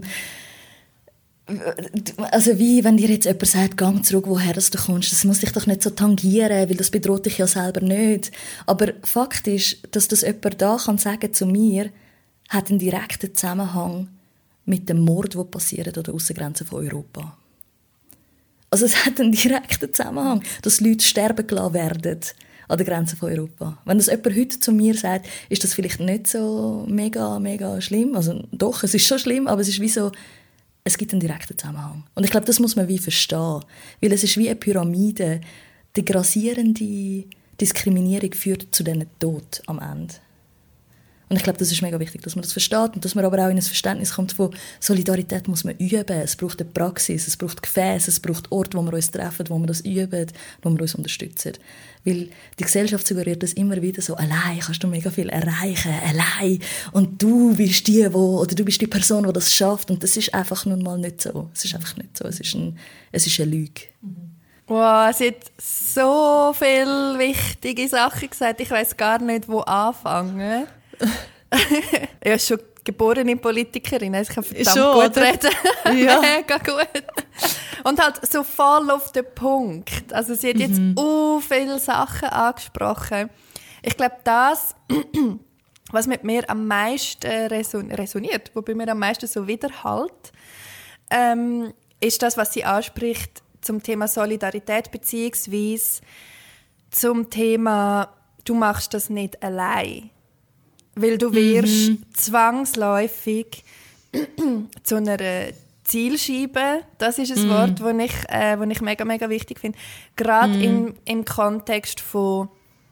also wie, wenn dir jetzt jemand sagt, geh zurück, woher du kommst, das muss dich doch nicht so tangieren, weil das bedroht dich ja selber nicht. Aber Fakt ist, dass das jemand da kann sagen zu mir, hat einen direkten Zusammenhang mit dem Mord, der passiert an der Aussengrenze von Europa. Also es hat einen direkten Zusammenhang, dass Leute sterben gelassen werden an der Grenze von Europa. Wenn das jemand heute zu mir sagt, ist das vielleicht nicht so mega, mega schlimm. Also doch, es ist schon schlimm, aber es ist wie so, es gibt einen direkten Zusammenhang. Und ich glaube, das muss man wie verstehen. Weil es ist wie eine Pyramide. Die grassierende Diskriminierung führt zu diesem Tod am Ende. Und ich glaube, das ist mega wichtig, dass man das versteht und dass man aber auch in ein Verständnis kommt von Solidarität muss man üben. Es braucht eine Praxis, es braucht Gefäße, es braucht Orte, wo wir uns treffen, wo wir das üben, wo wir uns unterstützen. Weil die Gesellschaft suggeriert das immer wieder so, allein kannst du mega viel erreichen, allein. Und du bist die, wo, oder du bist die Person, die das schafft. Und das ist einfach nun mal nicht so. Es ist einfach nicht so. Es ist, ein, es ist eine Lüge. Wow, sie hat so viele wichtige Sachen gesagt. Ich weiss gar nicht, wo anfangen. Ich bin schon geborene Politikerin, also ich kann verdammt schon, gut oder? Reden. Ja. Mega gut. Und halt so voll auf den Punkt. Also sie hat jetzt mhm. so viele Sachen angesprochen. Ich glaube, das, was mit mir am meisten reson- resoniert, wo bei mir am meisten so widerhallt, ähm, ist das, was sie anspricht zum Thema Solidarität beziehungsweise zum Thema, du machst das nicht allein. Weil du wirst mhm. zwangsläufig zu einer Zielscheibe. Das ist ein mhm. Wort, das ich, äh, das ich mega, mega wichtig finde. Gerade mhm. im, im Kontext von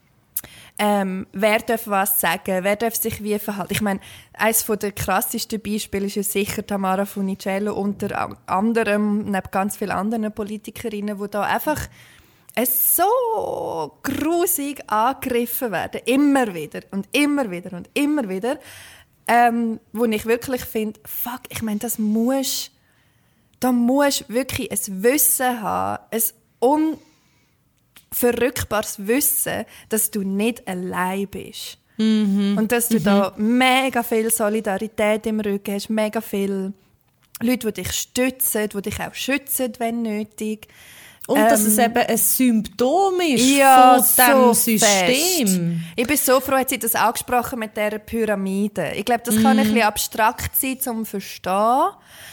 ähm, wer darf was sagen, wer darf sich wie verhalten. Ich meine, eines der krassesten Beispiele ist ja sicher Tamara Funicello, unter anderem, neben ganz vielen anderen Politikerinnen, die da einfach es so grusig angegriffen werden, immer wieder und immer wieder und immer wieder, ähm, wo ich wirklich finde, fuck, ich meine, das muss, da musst wirklich ein Wissen haben, ein unverrückbares Wissen, dass du nicht allein bist. Mhm. Und dass du mhm. da mega viel Solidarität im Rücken hast, mega viele Leute, die dich stützen, die dich auch schützen, wenn nötig. Und ähm, dass es eben ein Symptom ist ja, von diesem so System. fest. Ich bin so froh, hat sie das angesprochen mit dieser Pyramide. Ich glaube, das mm. kann ein bisschen abstrakt sein, zum Verstehen.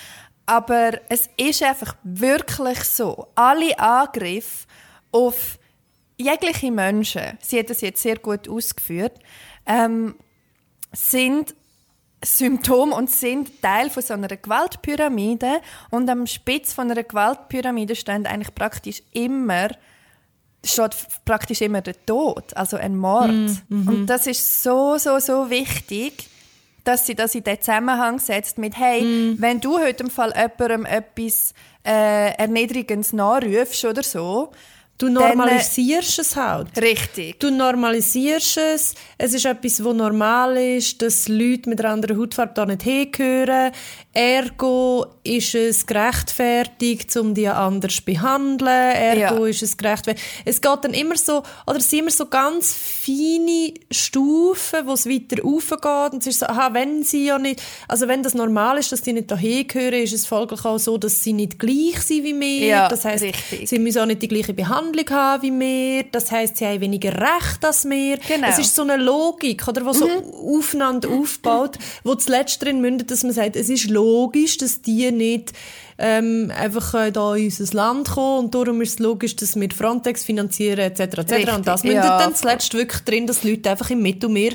Aber es ist einfach wirklich so. Alle Angriffe auf jegliche Menschen, sie hat das jetzt sehr gut ausgeführt, ähm, sind Symptome und sind Teil von so einer Gewaltpyramide. Und am Spitz von einer Gewaltpyramide steht eigentlich praktisch immer, steht praktisch immer der Tod, also ein Mord. Mm-hmm. Und das ist so, so, so wichtig, dass sie das in den Zusammenhang setzt mit «Hey, mm. wenn du heute im Fall jemandem etwas äh, Erniedrigendes nachrufst oder so», du normalisierst dann, es halt. Richtig. Du normalisierst es. Es ist etwas, was normal ist, dass Leute mit einer anderen Hautfarbe da nicht hingehören. Ergo ist es gerechtfertigt, um die anders zu behandeln. Ergo ja. ist es gerechtfertigt. Es geht dann immer so, oder es sind immer so ganz feine Stufen, wo es weiter raufgeht. Und es ist so, aha, wenn sie ja nicht, also wenn das normal ist, dass die nicht da hingehören, ist es folglich auch so, dass sie nicht gleich sind wie wir. Ja, das heisst, richtig. sie müssen auch nicht die gleiche Behandlung haben wie wir. Das heisst, sie haben weniger Recht als wir. Genau. Es ist so eine Logik, oder, die so mhm. aufeinander aufbaut, wo zuletzt drin mündet, dass man sagt, es ist logisch, dass die nicht ähm, einfach äh, da in unser Land kommen und darum ist es logisch, dass wir Frontex finanzieren et cetera et cetera. Und das mündet ja. dann zuletzt wirklich drin, dass Leute einfach im Mittelmeer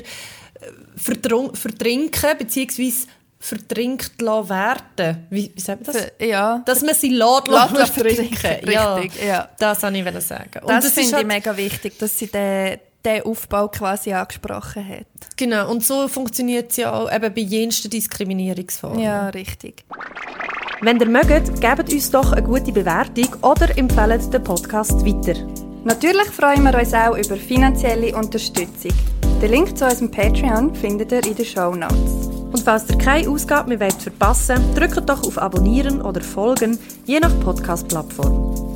äh, verdrinken bzw. verdrinkt lassen werden. Wie, wie sagt man das? Für, ja. Dass man sie lässt, lässt, lässt verdrinken. verdrinken. Richtig, ja. ja. Das wollte ich sagen. Und das, das finde ich halt mega wichtig, dass sie den, den Aufbau quasi angesprochen hat. Genau, und so funktioniert es ja auch eben bei jensten Diskriminierungsformen. Ja, richtig. Wenn ihr mögt, gebt uns doch eine gute Bewertung oder empfehlt den Podcast weiter. Natürlich freuen wir uns auch über finanzielle Unterstützung. Den Link zu unserem Patreon findet ihr in den Shownotes. Und falls ihr keine Ausgabe mehr verpassen wollt, drückt doch auf Abonnieren oder Folgen, je nach Podcast-Plattform.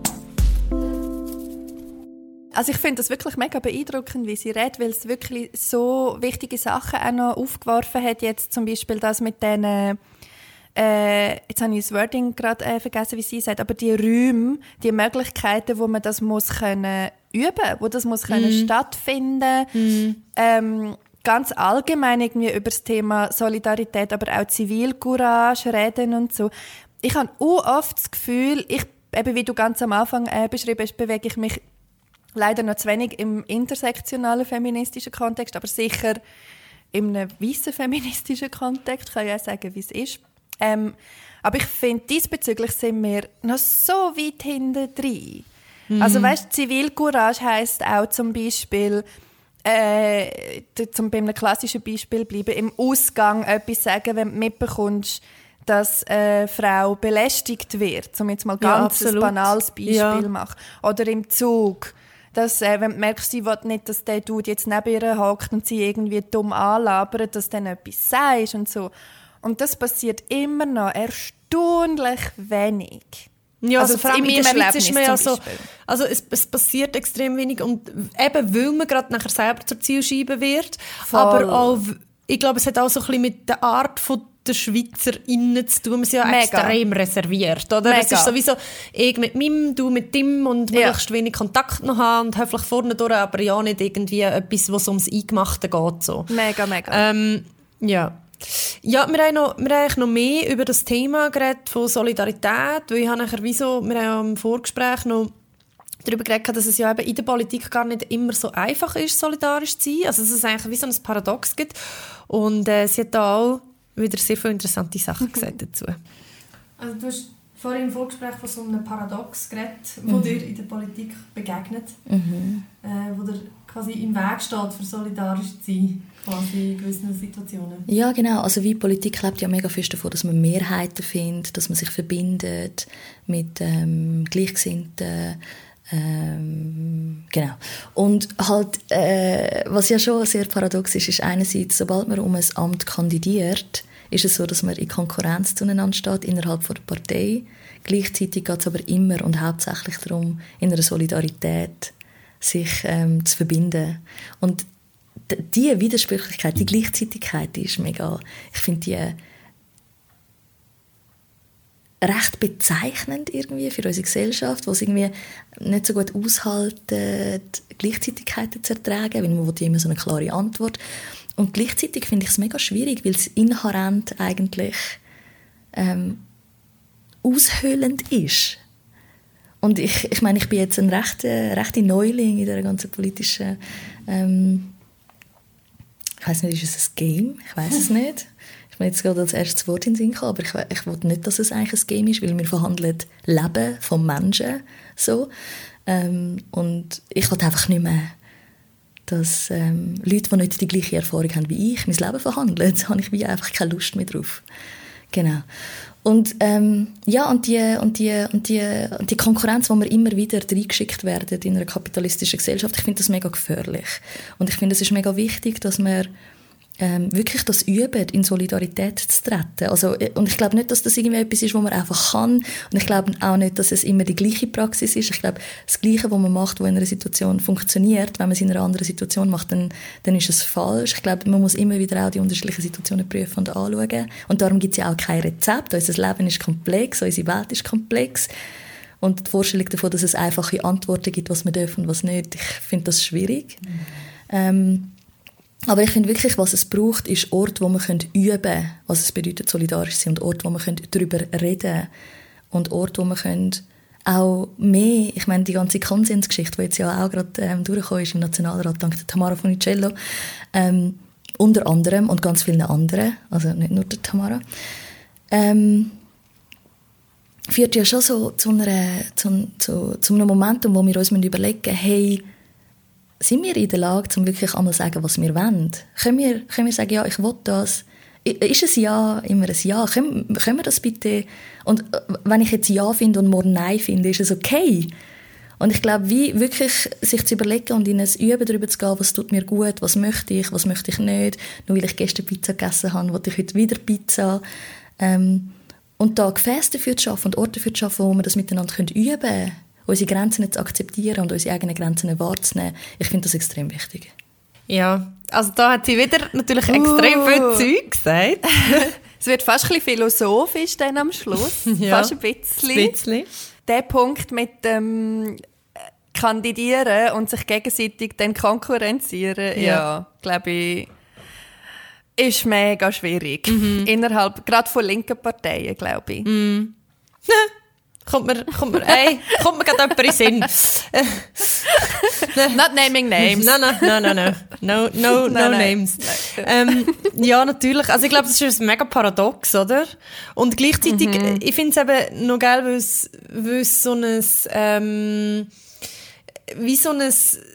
Also ich finde das wirklich mega beeindruckend, wie sie redet, weil es wirklich so wichtige Sachen auch noch aufgeworfen hat. Jetzt zum Beispiel das mit den, äh, jetzt habe ich das Wording gerade äh, vergessen, wie sie sagt, aber die Räume, die Möglichkeiten, wo man das muss können üben, wo das muss können mm. stattfinden. Mm. Ähm, ganz allgemein irgendwie über das Thema Solidarität, aber auch Zivilcourage reden und so. Ich habe auch oft das Gefühl, ich, eben wie du ganz am Anfang äh, beschrieben hast, bewege ich mich leider noch zu wenig im intersektionalen feministischen Kontext, aber sicher in einem weißen feministischen Kontext, kann ich auch sagen, wie es ist. Ähm, aber ich finde, diesbezüglich sind wir noch so weit hinten drin. Mhm. Also weißt, Zivilcourage heisst auch zum Beispiel, äh, zum bei einem klassischen Beispiel bleiben, im Ausgang etwas sagen, wenn du mitbekommst, dass eine Frau belästigt wird, um jetzt mal ganz ja, ein banales Beispiel ja. machen. Oder im Zug. Dass, äh, wenn du merkst, sie will nicht, dass der Dude jetzt neben ihr hockt und sie irgendwie dumm anlabert, dass du dann etwas sagst und so. Und das passiert immer noch erstaunlich wenig. Ja, also, also vor allem in, in der Schweiz ist man ja so, also es, es passiert extrem wenig und eben, weil man gerade nachher selber zur Zielscheibe wird, Voll. aber auch, ich glaube, es hat auch so ein bisschen mit der Art von der SchweizerInnen zu tun. Wir sind ja Mega. extrem reserviert, oder? Mega. Es ist sowieso ich mit meinem, du mit dem und ja. möglichst wenig Kontakt noch haben und höflich vorne durch, aber ja nicht irgendwie etwas, was ums Eingemachte geht. So. Mega, mega. Ähm, ja. Ja, wir haben, noch, wir haben eigentlich noch mehr über das Thema geredet von Solidarität, weil ich habe nachher wie so, wir haben im Vorgespräch noch darüber geredet, dass es ja eben in der Politik gar nicht immer so einfach ist, solidarisch zu sein. Also dass es eigentlich wie so ein Paradox gibt. Und äh, sie hat da auch wieder sehr viele interessante Sachen gesagt dazu. Also du hast vorhin im Vorgespräch von so einem Paradox geredet, wo mhm. dir in der Politik begegnet, mhm. äh, wo dir quasi im Weg steht, für solidarisch zu sein, quasi in gewissen Situationen. Ja, genau. Also wie Politik lebt ja mega fest davon, dass man Mehrheiten findet, dass man sich verbindet mit ähm, Gleichgesinnten. Ähm, genau. Und halt, äh, was ja schon sehr paradox ist, ist einerseits, sobald man um ein Amt kandidiert, ist es so, dass man in Konkurrenz zueinander steht innerhalb der Partei. Gleichzeitig geht es aber immer und hauptsächlich darum, in einer Solidarität sich ähm, zu verbinden. Und d- diese Widersprüchlichkeit, die Gleichzeitigkeit, die ist mega, ich finde die recht bezeichnend irgendwie für unsere Gesellschaft, wo es irgendwie nicht so gut aushalten, Gleichzeitigkeiten zu ertragen, weil man will immer so eine klare Antwort. Und gleichzeitig finde ich es mega schwierig, weil es inhärent eigentlich ähm, aushöhlend ist. Und ich, ich meine, ich bin jetzt ein rechter, rechter Neuling in dieser ganzen politischen ähm, ich weiss nicht, ist es ein Game? Ich weiss es nicht. Ich bin jetzt gerade als erstes Wort in den Sinn gekommen, aber ich, ich will nicht, dass es eigentlich ein Game ist, weil wir verhandeln Leben von Menschen. So. Ähm, und ich will einfach nicht mehr, dass ähm, Leute, die nicht die gleiche Erfahrung haben wie ich, mein Leben verhandeln. Da habe ich wie einfach keine Lust mehr drauf. Genau. Und, ähm, ja, und, die, und, die, und, die, und die Konkurrenz, wo wir immer wieder reingeschickt werden in einer kapitalistischen Gesellschaft, ich finde das mega gefährlich. Und ich finde, es ist mega wichtig, dass wir ähm, wirklich das üben, in Solidarität zu treten. Also, und ich glaube nicht, dass das irgendwie etwas ist, was man einfach kann. Und ich glaube auch nicht, dass es immer die gleiche Praxis ist. Ich glaube, das Gleiche, was man macht, was in einer Situation funktioniert, wenn man es in einer anderen Situation macht, dann, dann ist es falsch. Ich glaube, man muss immer wieder auch die unterschiedlichen Situationen prüfen und anschauen. Und darum gibt es ja auch kein Rezept. Unser Leben ist komplex, unsere Welt ist komplex. Und die Vorstellung davon, dass es einfache Antworten gibt, was wir dürfen und was nicht, ich finde das schwierig. Mhm. Ähm, Aber ich finde wirklich, was es braucht, ist Orte, wo wir üben können, was es bedeutet, solidarisch zu sein, und Orte, wo wir darüber reden können. Und Orte, wo wir auch mehr, ich meine, die ganze Konsensgeschichte, die jetzt ja auch gerade ähm, durchgekommen ist im Nationalrat, dank der Tamara Funicello, ähm, unter anderem und ganz vielen anderen, also nicht nur der Tamara, ähm, führt ja schon so zu, einer, zu, zu, zu einem Momentum, wo wir uns überlegen müssen, hey, sind wir in der Lage, um wirklich einmal zu sagen, was wir wollen? Können wir, können wir sagen, ja, ich will das? Ist ein Ja immer ein Ja? Können, können wir das bitte? Und wenn ich jetzt Ja finde und morgen Nein finde, ist es okay? Und ich glaube, wie wirklich sich zu überlegen und in ein Üben darüber zu gehen, was tut mir gut, was möchte ich, was möchte ich nicht. Nur weil ich gestern Pizza gegessen habe, will ich heute wieder Pizza. Ähm, und da Gefäße dafür zu schaffen und Orte dafür zu schaffen, wo wir das miteinander üben können. Unsere Grenzen zu akzeptieren und unsere eigenen Grenzen wahrzunehmen. Ich finde das extrem wichtig. Ja, also da hat sie wieder natürlich uh. extrem viel Zeug gesagt. Es wird fast ein bisschen philosophisch dann am Schluss. Ja, fast ein bisschen. ein bisschen. Der Punkt mit dem Kandidieren und sich gegenseitig dann konkurrenzieren, ja, ja glaube ich, ist mega schwierig. Mhm. Innerhalb, gerade von linken Parteien, glaube ich. Mhm. Kommt mir, kommt mir, ey, kommt mir gerade jemand in den Sinn. Not naming names. No, no, no, no, no. No, no, no, no names. Ähm, ja, natürlich. Also ich glaube, das ist ein mega paradox, oder? Und gleichzeitig, mhm. ich finde es eben noch geil, weil es, weil es so ein, ähm, wie so ein,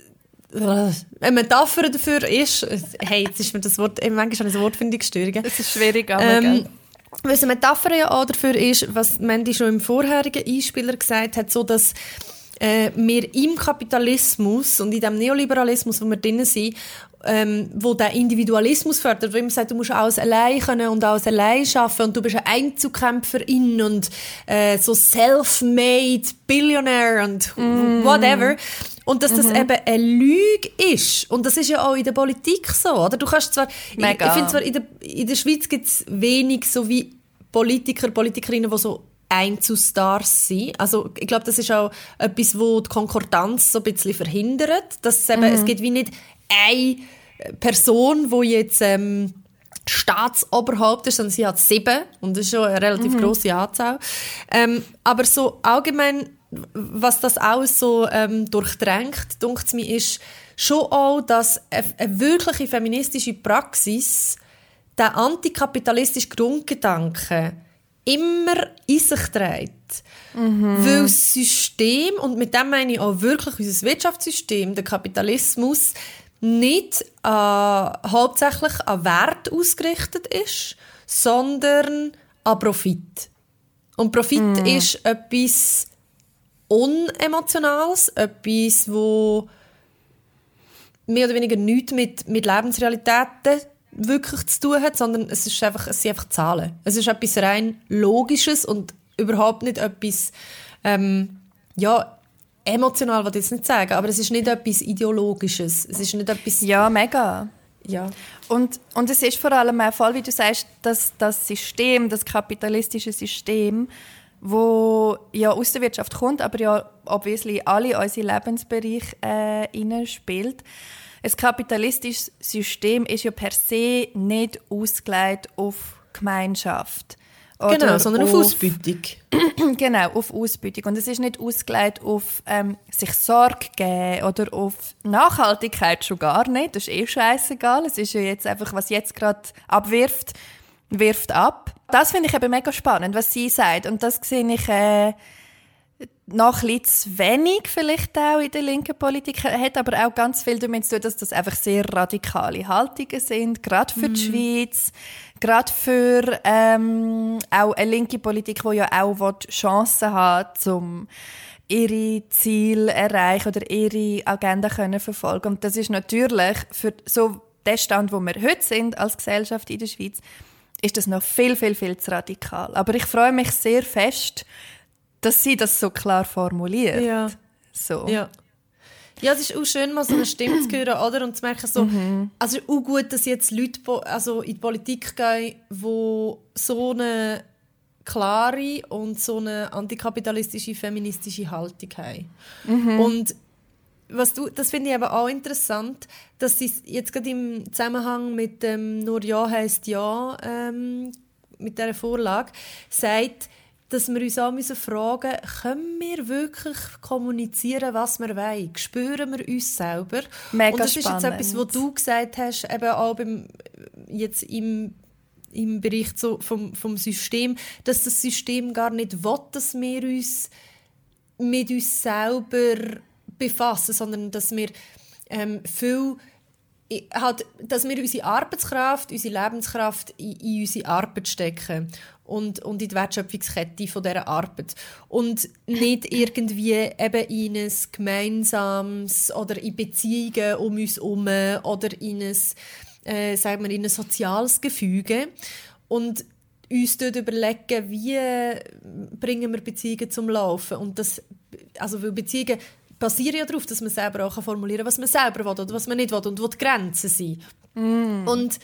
eine Metapher dafür ist. Hey, jetzt ist mir das Wort, manchmal habe ich so Wortfindungsstörungen. Es ist schwierig, aber ähm, gell? Weil es eine Metapher ja auch dafür ist, was Mandy schon im vorherigen Einspieler gesagt hat, so dass äh, wir im Kapitalismus und in dem Neoliberalismus, wo wir drin sind, ähm, wo der Individualismus fördert, wo immer sagt, du musst alles allein können und alles allein schaffen und du bist ein Einzelkämpferin und äh, so self-made Billionaire und mm. whatever. Und dass das mhm. eben eine Lüge ist. Und das ist ja auch in der Politik so, oder? Du kannst zwar, Mega. ich, ich finde zwar, in der, in der Schweiz gibt es wenig so wie Politiker, Politikerinnen, die so Einzelstars sind. Also ich glaube, das ist auch etwas, wo die Konkordanz so ein bisschen verhindert. Dass es, eben, mhm. es gibt wie nicht eine Person, die jetzt ähm, Staatsoberhaupt ist, sondern sie hat sieben. Und das ist schon eine relativ mhm. grosse Anzahl. Ähm, aber so allgemein, was das alles so ähm, durchdrängt, denkt es mir, ist schon auch, dass eine, eine wirkliche feministische Praxis den antikapitalistische Grundgedanken immer in sich trägt. Mhm. Weil das System, und mit dem meine ich auch wirklich unser Wirtschaftssystem, der Kapitalismus, nicht äh, hauptsächlich an Wert ausgerichtet ist, sondern an Profit. Und Profit mhm. ist etwas Unemotionales, etwas, wo mehr oder weniger nichts mit, mit Lebensrealitäten wirklich zu tun hat, sondern es, ist einfach, es sind einfach Zahlen. Es ist etwas rein Logisches und überhaupt nicht etwas, ähm, ja, emotional, wollte ich jetzt nicht sagen, aber es ist nicht etwas Ideologisches. Es ist nicht etwas... Ja, mega. Ja. Und, und es ist vor allem auch voll, wie du sagst, dass das System, das kapitalistische System, wo ja aus der Wirtschaft kommt, aber ja obviously alle unsere Lebensbereiche äh, hineinspielt. Ein kapitalistisches System ist ja per se nicht ausgelegt auf Gemeinschaft. Oder genau, sondern auf, auf Ausbeutung. Genau, auf Ausbeutung. Und es ist nicht ausgelegt auf ähm, sich Sorge geben oder auf Nachhaltigkeit schon gar nicht. Das ist eh scheissegal. Es ist ja jetzt einfach, was jetzt gerade abwirft, wirft ab. Das finde ich eben mega spannend, was sie sagt. Und das sehe ich äh, noch ein bisschen zu wenig vielleicht auch in der linken Politik. Hat aber auch ganz viel damit zu tun, dass das einfach sehr radikale Haltungen sind, gerade für mm. die Schweiz. Gerade für ähm, auch eine linke Politik, die ja auch Chancen hat, um ihre Ziele zu erreichen oder ihre Agenda können verfolgen. Und das ist natürlich für so den Stand, wo wir heute sind als Gesellschaft in der Schweiz, ist das noch viel, viel, viel zu radikal. Aber ich freue mich sehr fest, dass sie das so klar formuliert. Ja. So. Ja. Ja, es ist auch schön, mal so eine Stimme zu hören, oder? Und zu merken, so, mhm. also es ist auch gut, dass jetzt Leute also in die Politik gehen, die so eine klare und so eine antikapitalistische, feministische Haltung haben. Mhm. Und was du, das finde ich aber auch interessant, dass sie jetzt gerade im Zusammenhang mit dem «Nur Ja heisst Ja» ähm, mit dieser Vorlage sagt, dass wir uns auch fragen müssen, können wir wirklich kommunizieren, was wir wollen? Spüren wir uns selber? Mega Und das ist spannend. jetzt etwas, was du gesagt hast, eben auch beim, jetzt im, im Bereich so vom, vom System, dass das System gar nicht will, dass wir uns mit uns selber befassen, sondern dass wir ähm, viel halt, dass wir unsere Arbeitskraft, unsere Lebenskraft in, in unsere Arbeit stecken und, und in die Wertschöpfungskette von dieser Arbeit. Und nicht irgendwie eben in ein gemeinsames oder in Beziehungen um uns herum oder in ein, äh, sagen wir, in ein soziales Gefüge. Und uns dort überlegen, wie bringen wir Beziehungen zum Laufen. Und das, also weil Beziehungen basieren ja darauf, dass man selber auch formulieren kann, was man selber will oder was man nicht will und wo die Grenzen sind. Mm. Und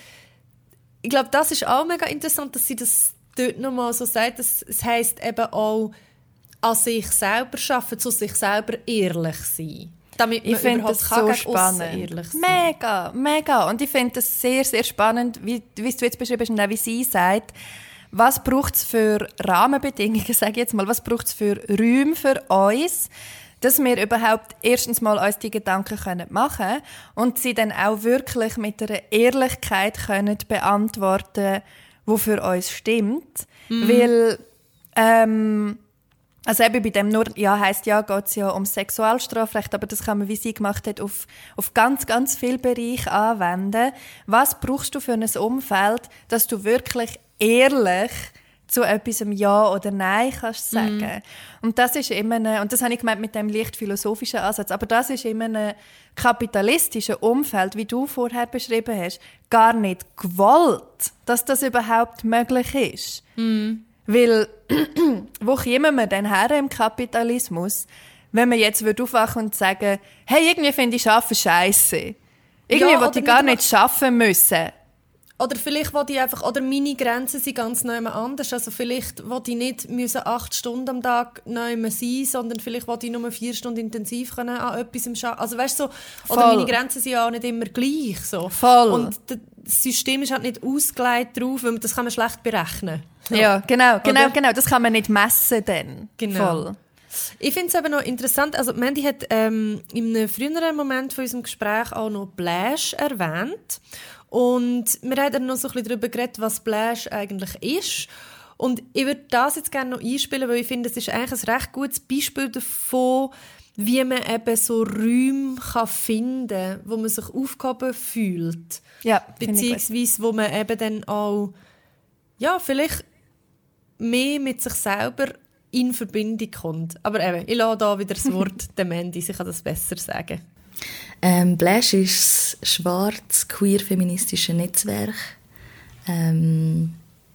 ich glaube, das ist auch mega interessant, dass sie das dort nochmal so sagt. Das, das heisst eben auch, an sich selber arbeiten, zu sich selber ehrlich sein. Damit man ich finde das so spannend. Ehrlich sein. Mega, mega. Und ich finde das sehr, sehr spannend, wie, wie du jetzt beschrieben hast und auch wie sie sagt, was braucht es für Rahmenbedingungen, sage ich jetzt mal, was braucht es für Räume für uns, dass wir überhaupt erstens mal uns die Gedanken können machen und sie dann auch wirklich mit einer Ehrlichkeit können beantworten, die für uns stimmt. Mhm. Weil, ähm, also eben bei dem «Nur Ja heisst Ja» geht es ja um Sexualstrafrecht, aber das kann man, wie sie gemacht hat, auf, auf ganz, ganz viele Bereiche anwenden. Was brauchst du für ein Umfeld, dass du wirklich ehrlich zu etwas Ja oder Nein kannst sagen. Mm. Und das ist immer eine, und das habe ich gemeint mit dem leicht philosophischen Ansatz, aber das ist immer ein kapitalistisches Umfeld, wie du vorher beschrieben hast, gar nicht gewollt, dass das überhaupt möglich ist. Mm. Weil, wo kommen wir denn her im Kapitalismus, wenn wir jetzt aufwachen und sagen, hey, irgendwie finde ich Arbeiten scheisse. Irgendwie ja, will ich gar nicht arbeiten müssen. Oder vielleicht will ich einfach, oder meine Grenzen sind ganz neu anders. Also vielleicht will ich nicht müssen acht Stunden am Tag neu sein, sondern vielleicht will ich nur vier Stunden intensiv können an etwas arbeiten. Also weißt du, so, oder meine Grenzen sind ja auch nicht immer gleich. So. Voll. Und das System ist halt nicht ausgelegt darauf, weil das kann man schlecht berechnen. So. Ja, genau, genau, oder? genau. Das kann man nicht messen dann. Genau. Voll. Ich finde es aber noch interessant, also Mandy hat ähm, in einem früheren Moment von unserem Gespräch auch noch Blash erwähnt. Und wir haben dann noch so ein bisschen darüber geredet, was Blash eigentlich ist. Und ich würde das jetzt gerne noch einspielen, weil ich finde, es ist eigentlich ein recht gutes Beispiel davon, wie man eben so Räume kann finden kann, wo man sich aufgehoben fühlt. Ja, beziehungsweise wo man eben dann auch ja, vielleicht mehr mit sich selber in Verbindung kommt. Aber eben, ich lasse da wieder das Wort der Mandy, sie kann das besser sagen. Ähm, Blash ist das schwarz-queer-feministische Netzwerk ähm,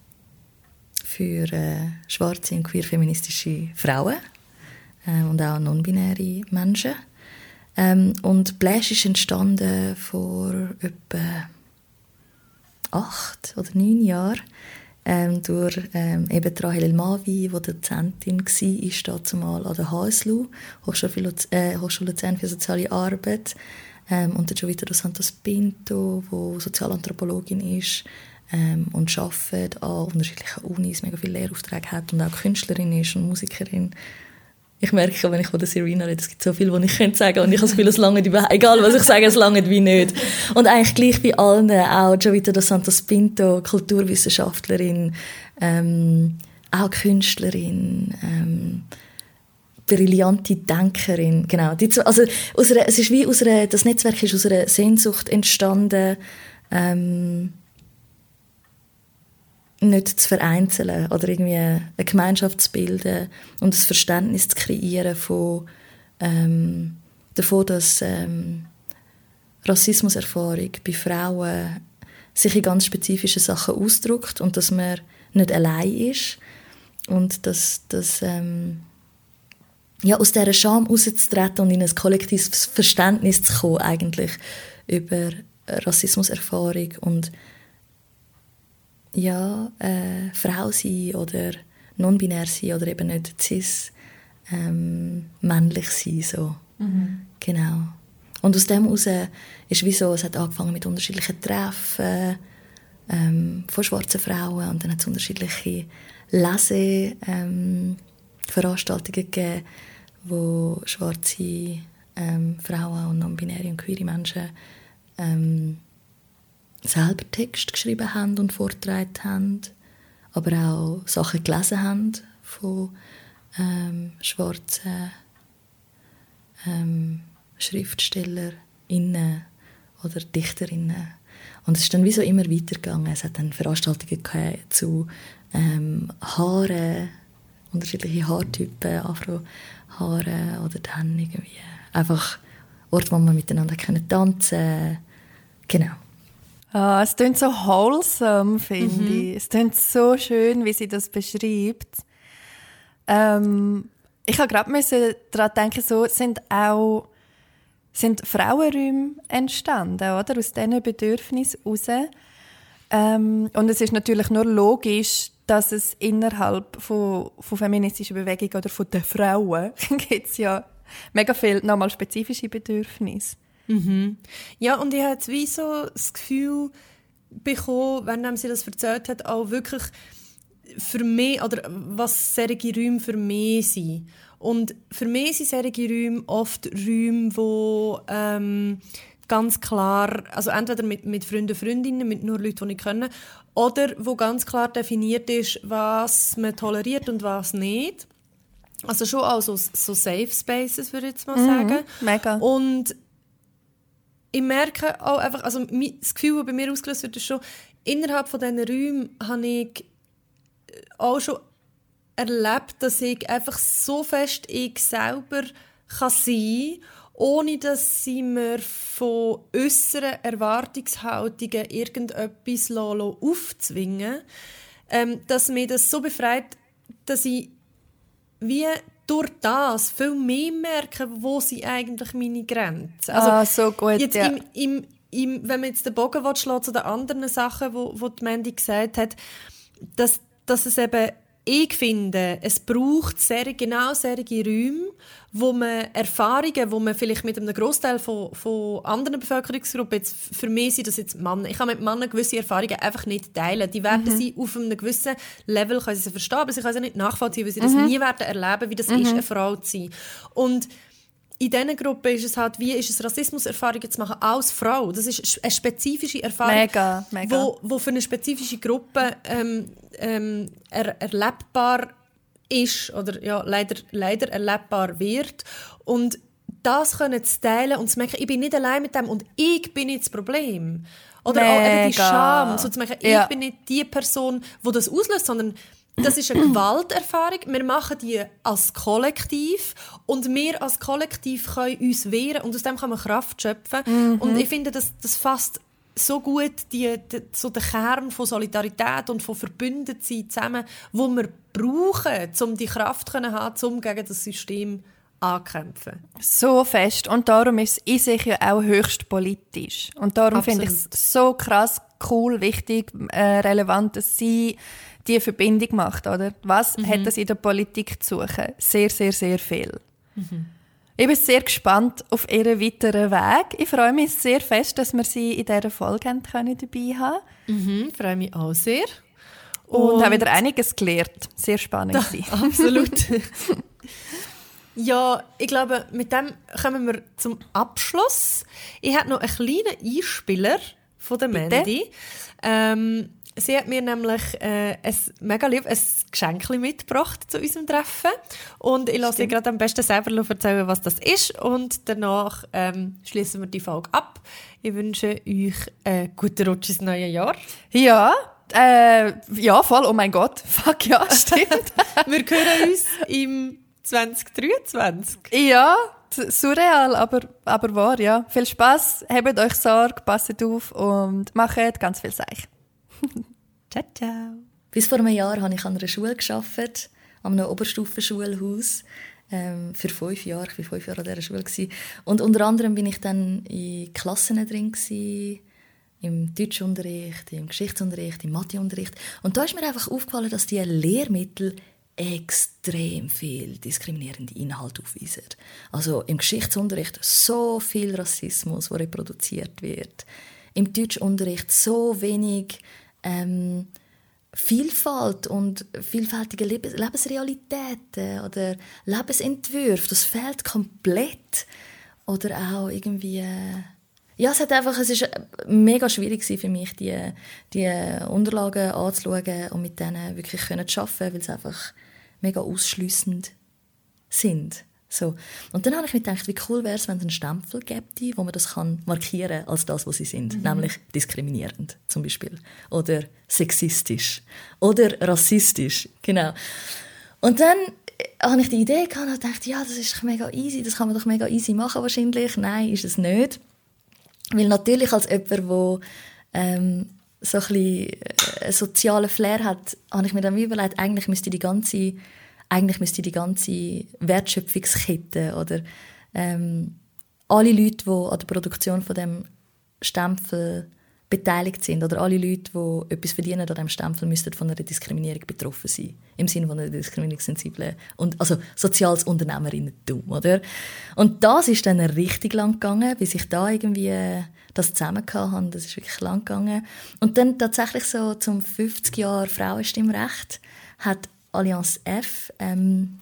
für äh, schwarze und queer-feministische Frauen äh, und auch non-binäre Menschen. Ähm, und Blash ist entstanden vor etwa acht oder neun Jahren ähm, durch ähm, eben Rahel El-Mawi, die Dozentin war dazumal an der H S L U, Hochschule, äh, Hochschule Luzern für soziale Arbeit, ähm, und der Jovita dos Santos Pinto, die Sozialanthropologin ist ähm, und arbeitet an unterschiedlichen Unis, mega viele Lehraufträge hat und auch Künstlerin ist und Musikerin. Ich merke, wenn ich von der Serena rede, es gibt so viel, was ich sagen könnte und ich habe das Gefühl, es langt überhaupt, egal was ich sage, es langt wie nicht. Und eigentlich gleich bei allen, auch Jovita dos Santos Pinto, Kulturwissenschaftlerin, ähm, auch Künstlerin, ähm, brillante Denkerin, genau. Die, also aus einer, es ist wie aus einer, das Netzwerk ist aus einer Sehnsucht entstanden, ähm, nicht zu vereinzeln oder irgendwie eine Gemeinschaft zu bilden und ein Verständnis zu kreieren von, ähm, davon, dass ähm, Rassismuserfahrung bei Frauen sich in ganz spezifischen Sachen ausdrückt und dass man nicht allein ist und dass, dass ähm, ja, aus dieser Scham rauszutreten und in ein kollektives Verständnis zu kommen eigentlich über Rassismuserfahrung und ja, äh, Frau sein oder non-binär sein oder eben nicht cis, ähm, männlich sein, so. Mhm. Genau. Und aus dem heraus ist wie so, es hat angefangen mit unterschiedlichen Treffen ähm, von schwarzen Frauen und dann hat es unterschiedliche Leseveranstaltungen ähm, gegeben, wo schwarze ähm, Frauen und non-binäre und queere Menschen ähm, selber Text geschrieben haben und vorgetragen haben, aber auch Sachen gelesen haben von ähm, schwarzen ähm, SchriftstellerInnen oder Dichterinnen. Und es ist dann wie so immer weitergegangen. Es hat dann Veranstaltungen gegeben zu ähm, Haaren, unterschiedliche Haartypen, Afrohaare oder dann irgendwie einfach Orte, wo man miteinander tanzen konnte. Genau. Ah, es klingt so wholesome, finde mhm. ich. Es klingt so schön, wie sie das beschreibt. Ähm, ich habe gerade daran denken, so sind auch sind Frauenräume entstanden, oder? Aus diesen Bedürfnissen heraus. Ähm, und es ist natürlich nur logisch, dass es innerhalb von, von feministischer Bewegung oder von den Frauen gibt es ja mega viel nochmal spezifische Bedürfnisse. Mhm. Ja, und ich habe jetzt wie so das Gefühl bekommen, wenn sie das erzählt hat, auch wirklich für mich, oder was solche Räume für mich sind. Und für mich sind solche Räume oft Räume, wo ähm, ganz klar, also entweder mit, mit Freunden, Freundinnen, mit nur Leuten, die ich kenne, oder wo ganz klar definiert ist, was man toleriert und was nicht. Also schon auch so, so Safe Spaces, würde ich jetzt mal sagen. Mhm, mega. Und ich merke auch einfach, also das Gefühl, das bei mir ausgelöst wird, ist schon, innerhalb von diesen Räumen habe ich auch schon erlebt, dass ich einfach so fest ich selber kann sein kann, ohne dass sie mir von äußeren Erwartungshaltungen irgendetwas aufzwingen, ähm, dass mir das so befreit, dass ich wie durch das viel mehr merke, wo sind eigentlich meine Grenzen. Also ah, so gut, jetzt ja. im, im, im, wenn man jetzt den Bogen schlägt zu den anderen Sachen, wo, wo die Mandy gesagt hat, dass, dass es eben, ich finde, es braucht sehr, genau solche Räume, wo man Erfahrungen, wo man vielleicht mit einem Grossteil von, von anderen Bevölkerungsgruppen, jetzt für mich sind das jetzt Männer, ich kann mit Männern gewisse Erfahrungen einfach nicht teilen. Die werden mhm. sie auf einem gewissen Level können sie verstehen, aber sie können sie nicht nachvollziehen, weil sie das mhm. nie werden erleben, wie das mhm. ist, eine Frau zu sein. Und in diesen Gruppen ist es halt, wie ist es Rassismuserfahrungen zu machen als Frau. Das ist eine spezifische Erfahrung, mega, mega. Wo, wo für eine spezifische Gruppe ähm, ähm, er, erlebbar ist oder ja, leider, leider erlebbar wird. Und das können zu teilen und zu merken, ich bin nicht allein mit dem und ich bin nicht das Problem. Oder mega. Auch eben die Scham, so zu merken, ich ja. bin nicht die Person, die das auslöst, sondern das ist eine Gewalterfahrung. Wir machen die als Kollektiv und wir als Kollektiv können uns wehren und aus dem kann man Kraft schöpfen. Mhm. Und ich finde, das, das fasst so gut die, die, so den Kern von Solidarität und von Verbündetsein zusammen, wo wir brauchen, um die Kraft zu haben, um gegen das System ankämpfen. So fest. Und darum ist es in sich ja auch höchst politisch. Und darum finde ich es so krass, cool, wichtig, äh, relevant, dass sie die Verbindung macht, oder? Was Mhm. hat das in der Politik zu suchen? Sehr, sehr, sehr viel. Mhm. Ich bin sehr gespannt auf ihren weiteren Weg. Ich freue mich sehr fest, dass wir sie in dieser Folge haben können dabei haben Mhm, freue mich auch sehr. und, Und- habe wieder einiges gelernt. Sehr spannend gewesen. Absolut. Ja, ich glaube, mit dem kommen wir zum Abschluss. Ich habe noch einen kleinen Einspieler von der Bitte? Mandy. Ähm, sie hat mir nämlich äh, ein mega lieb ein Geschenk mitgebracht zu unserem Treffen. Und ich lasse sie gerade am besten selber erzählen, was das ist. Und danach ähm, schließen wir die Folge ab. Ich wünsche euch einen guten Rutsch ins neue Jahr. Ja, äh, ja, voll. Oh mein Gott. Fuck, ja, stimmt. Wir hören uns im zwanzig dreiundzwanzig. Ja, t- surreal, aber, aber wahr, ja. Viel Spass, habt euch Sorge, passt auf und macht ganz viel Seich. Ciao, ciao. Bis vor einem Jahr habe ich an einer Schule gearbeitet, an einem Oberstufenschulhaus. Ähm, für fünf Jahre. Ich war fünf Jahre an dieser Schule. Gewesen. Und unter anderem bin ich dann in Klassen drin, gewesen, im Deutschunterricht, im Geschichtsunterricht, im Matheunterricht. Und da ist mir einfach aufgefallen, dass die Lehrmittel extrem viel diskriminierende Inhalte aufweisen. Also im Geschichtsunterricht so viel Rassismus, der reproduziert wird. Im Deutschunterricht so wenig ähm, Vielfalt und vielfältige Lebens- Lebensrealitäten oder Lebensentwürfe. Das fehlt komplett. Oder auch irgendwie... Äh ja, es hat einfach, es ist mega schwierig für mich, die, die Unterlagen anzuschauen und mit denen wirklich zu arbeiten, weil sie einfach mega ausschliessend sind. So. Und dann habe ich mir gedacht, wie cool wäre es, wenn es einen Stempel gäbe, wo man das kann markieren kann als das, was sie sind. Mhm. Nämlich diskriminierend zum Beispiel. Oder sexistisch. Oder rassistisch. Genau. Und dann habe ich die Idee gehabt und dachte, ja, das ist doch mega easy, das kann man doch mega easy machen wahrscheinlich. Nein, ist es nicht. Weil natürlich als jemand, der ähm, so ein bisschen einen sozialen Flair hat, habe ich mir dann überlegt, eigentlich müsste die ganze, eigentlich müsste die ganze Wertschöpfungskette oder ähm, alle Leute, die an der Produktion von dem Stempel beteiligt sind oder alle Leute, die etwas verdienen an diesem Stempel, müssten von einer Diskriminierung betroffen sein. Im Sinne von einer diskriminierungssensiblen und also soziales Unternehmerinnentum, oder? Und das ist dann richtig lang gegangen, bis ich da irgendwie das zusammen hatte. Das ist wirklich lang gegangen. Und dann tatsächlich so zum fünfzig Jahr Frauenstimmrecht hat Allianz F ähm,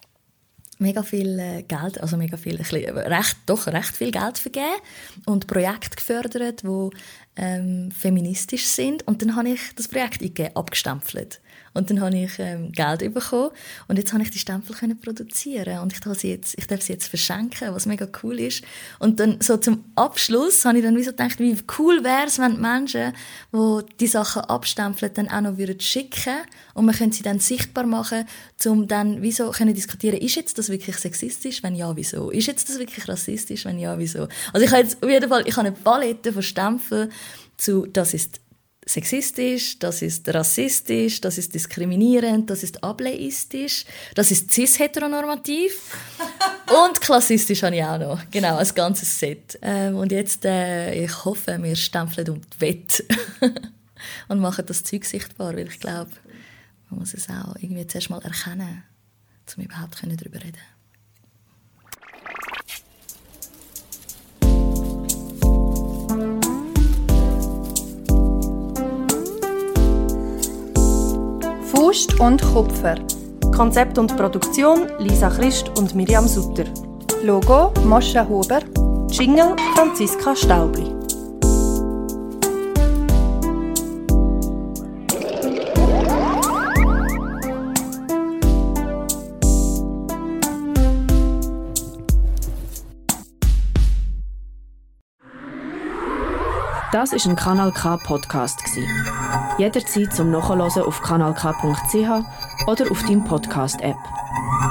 mega viel Geld, also mega viel, recht, doch recht viel Geld vergeben und Projekte gefördert, die ähm, feministisch sind. Und dann habe ich das Projekt eingegeben, abgestempelt. Und dann habe ich ähm, Geld bekommen und jetzt habe ich die Stempel können produzieren und ich darf sie jetzt, ich darf sie jetzt verschenken, was mega cool ist. Und dann so zum Abschluss habe ich dann wie so gedacht, wie cool wäre es, wenn die Menschen, die die Sachen abstempeln, dann auch noch würden schicken und man könnte sie dann sichtbar machen, um dann wieso können diskutieren, ist jetzt das wirklich sexistisch, wenn ja, wieso? Ist jetzt das wirklich rassistisch, wenn ja, wieso? Also ich habe jetzt auf jeden Fall, ich habe eine Palette von Stempeln zu, das ist sexistisch, das ist rassistisch, das ist diskriminierend, das ist ableistisch, das ist cis-heteronormativ und klassistisch habe ich auch noch. Genau, ein ganzes Set. Ähm, und jetzt, äh, ich hoffe, wir stempeln um die Wette und machen das Zeug sichtbar, weil ich glaube, man muss es auch irgendwie zuerst mal erkennen, um überhaupt darüber reden. Faust und Kupfer. Konzept und Produktion Lisa Christ und Miriam Sutter. Logo Moscha Huber. Jingle Franziska Staubli. Das ist ein Kanal K Podcast gsi. Jederzeit zum Nachhören auf kanal k punkt c h oder auf deinem Podcast App.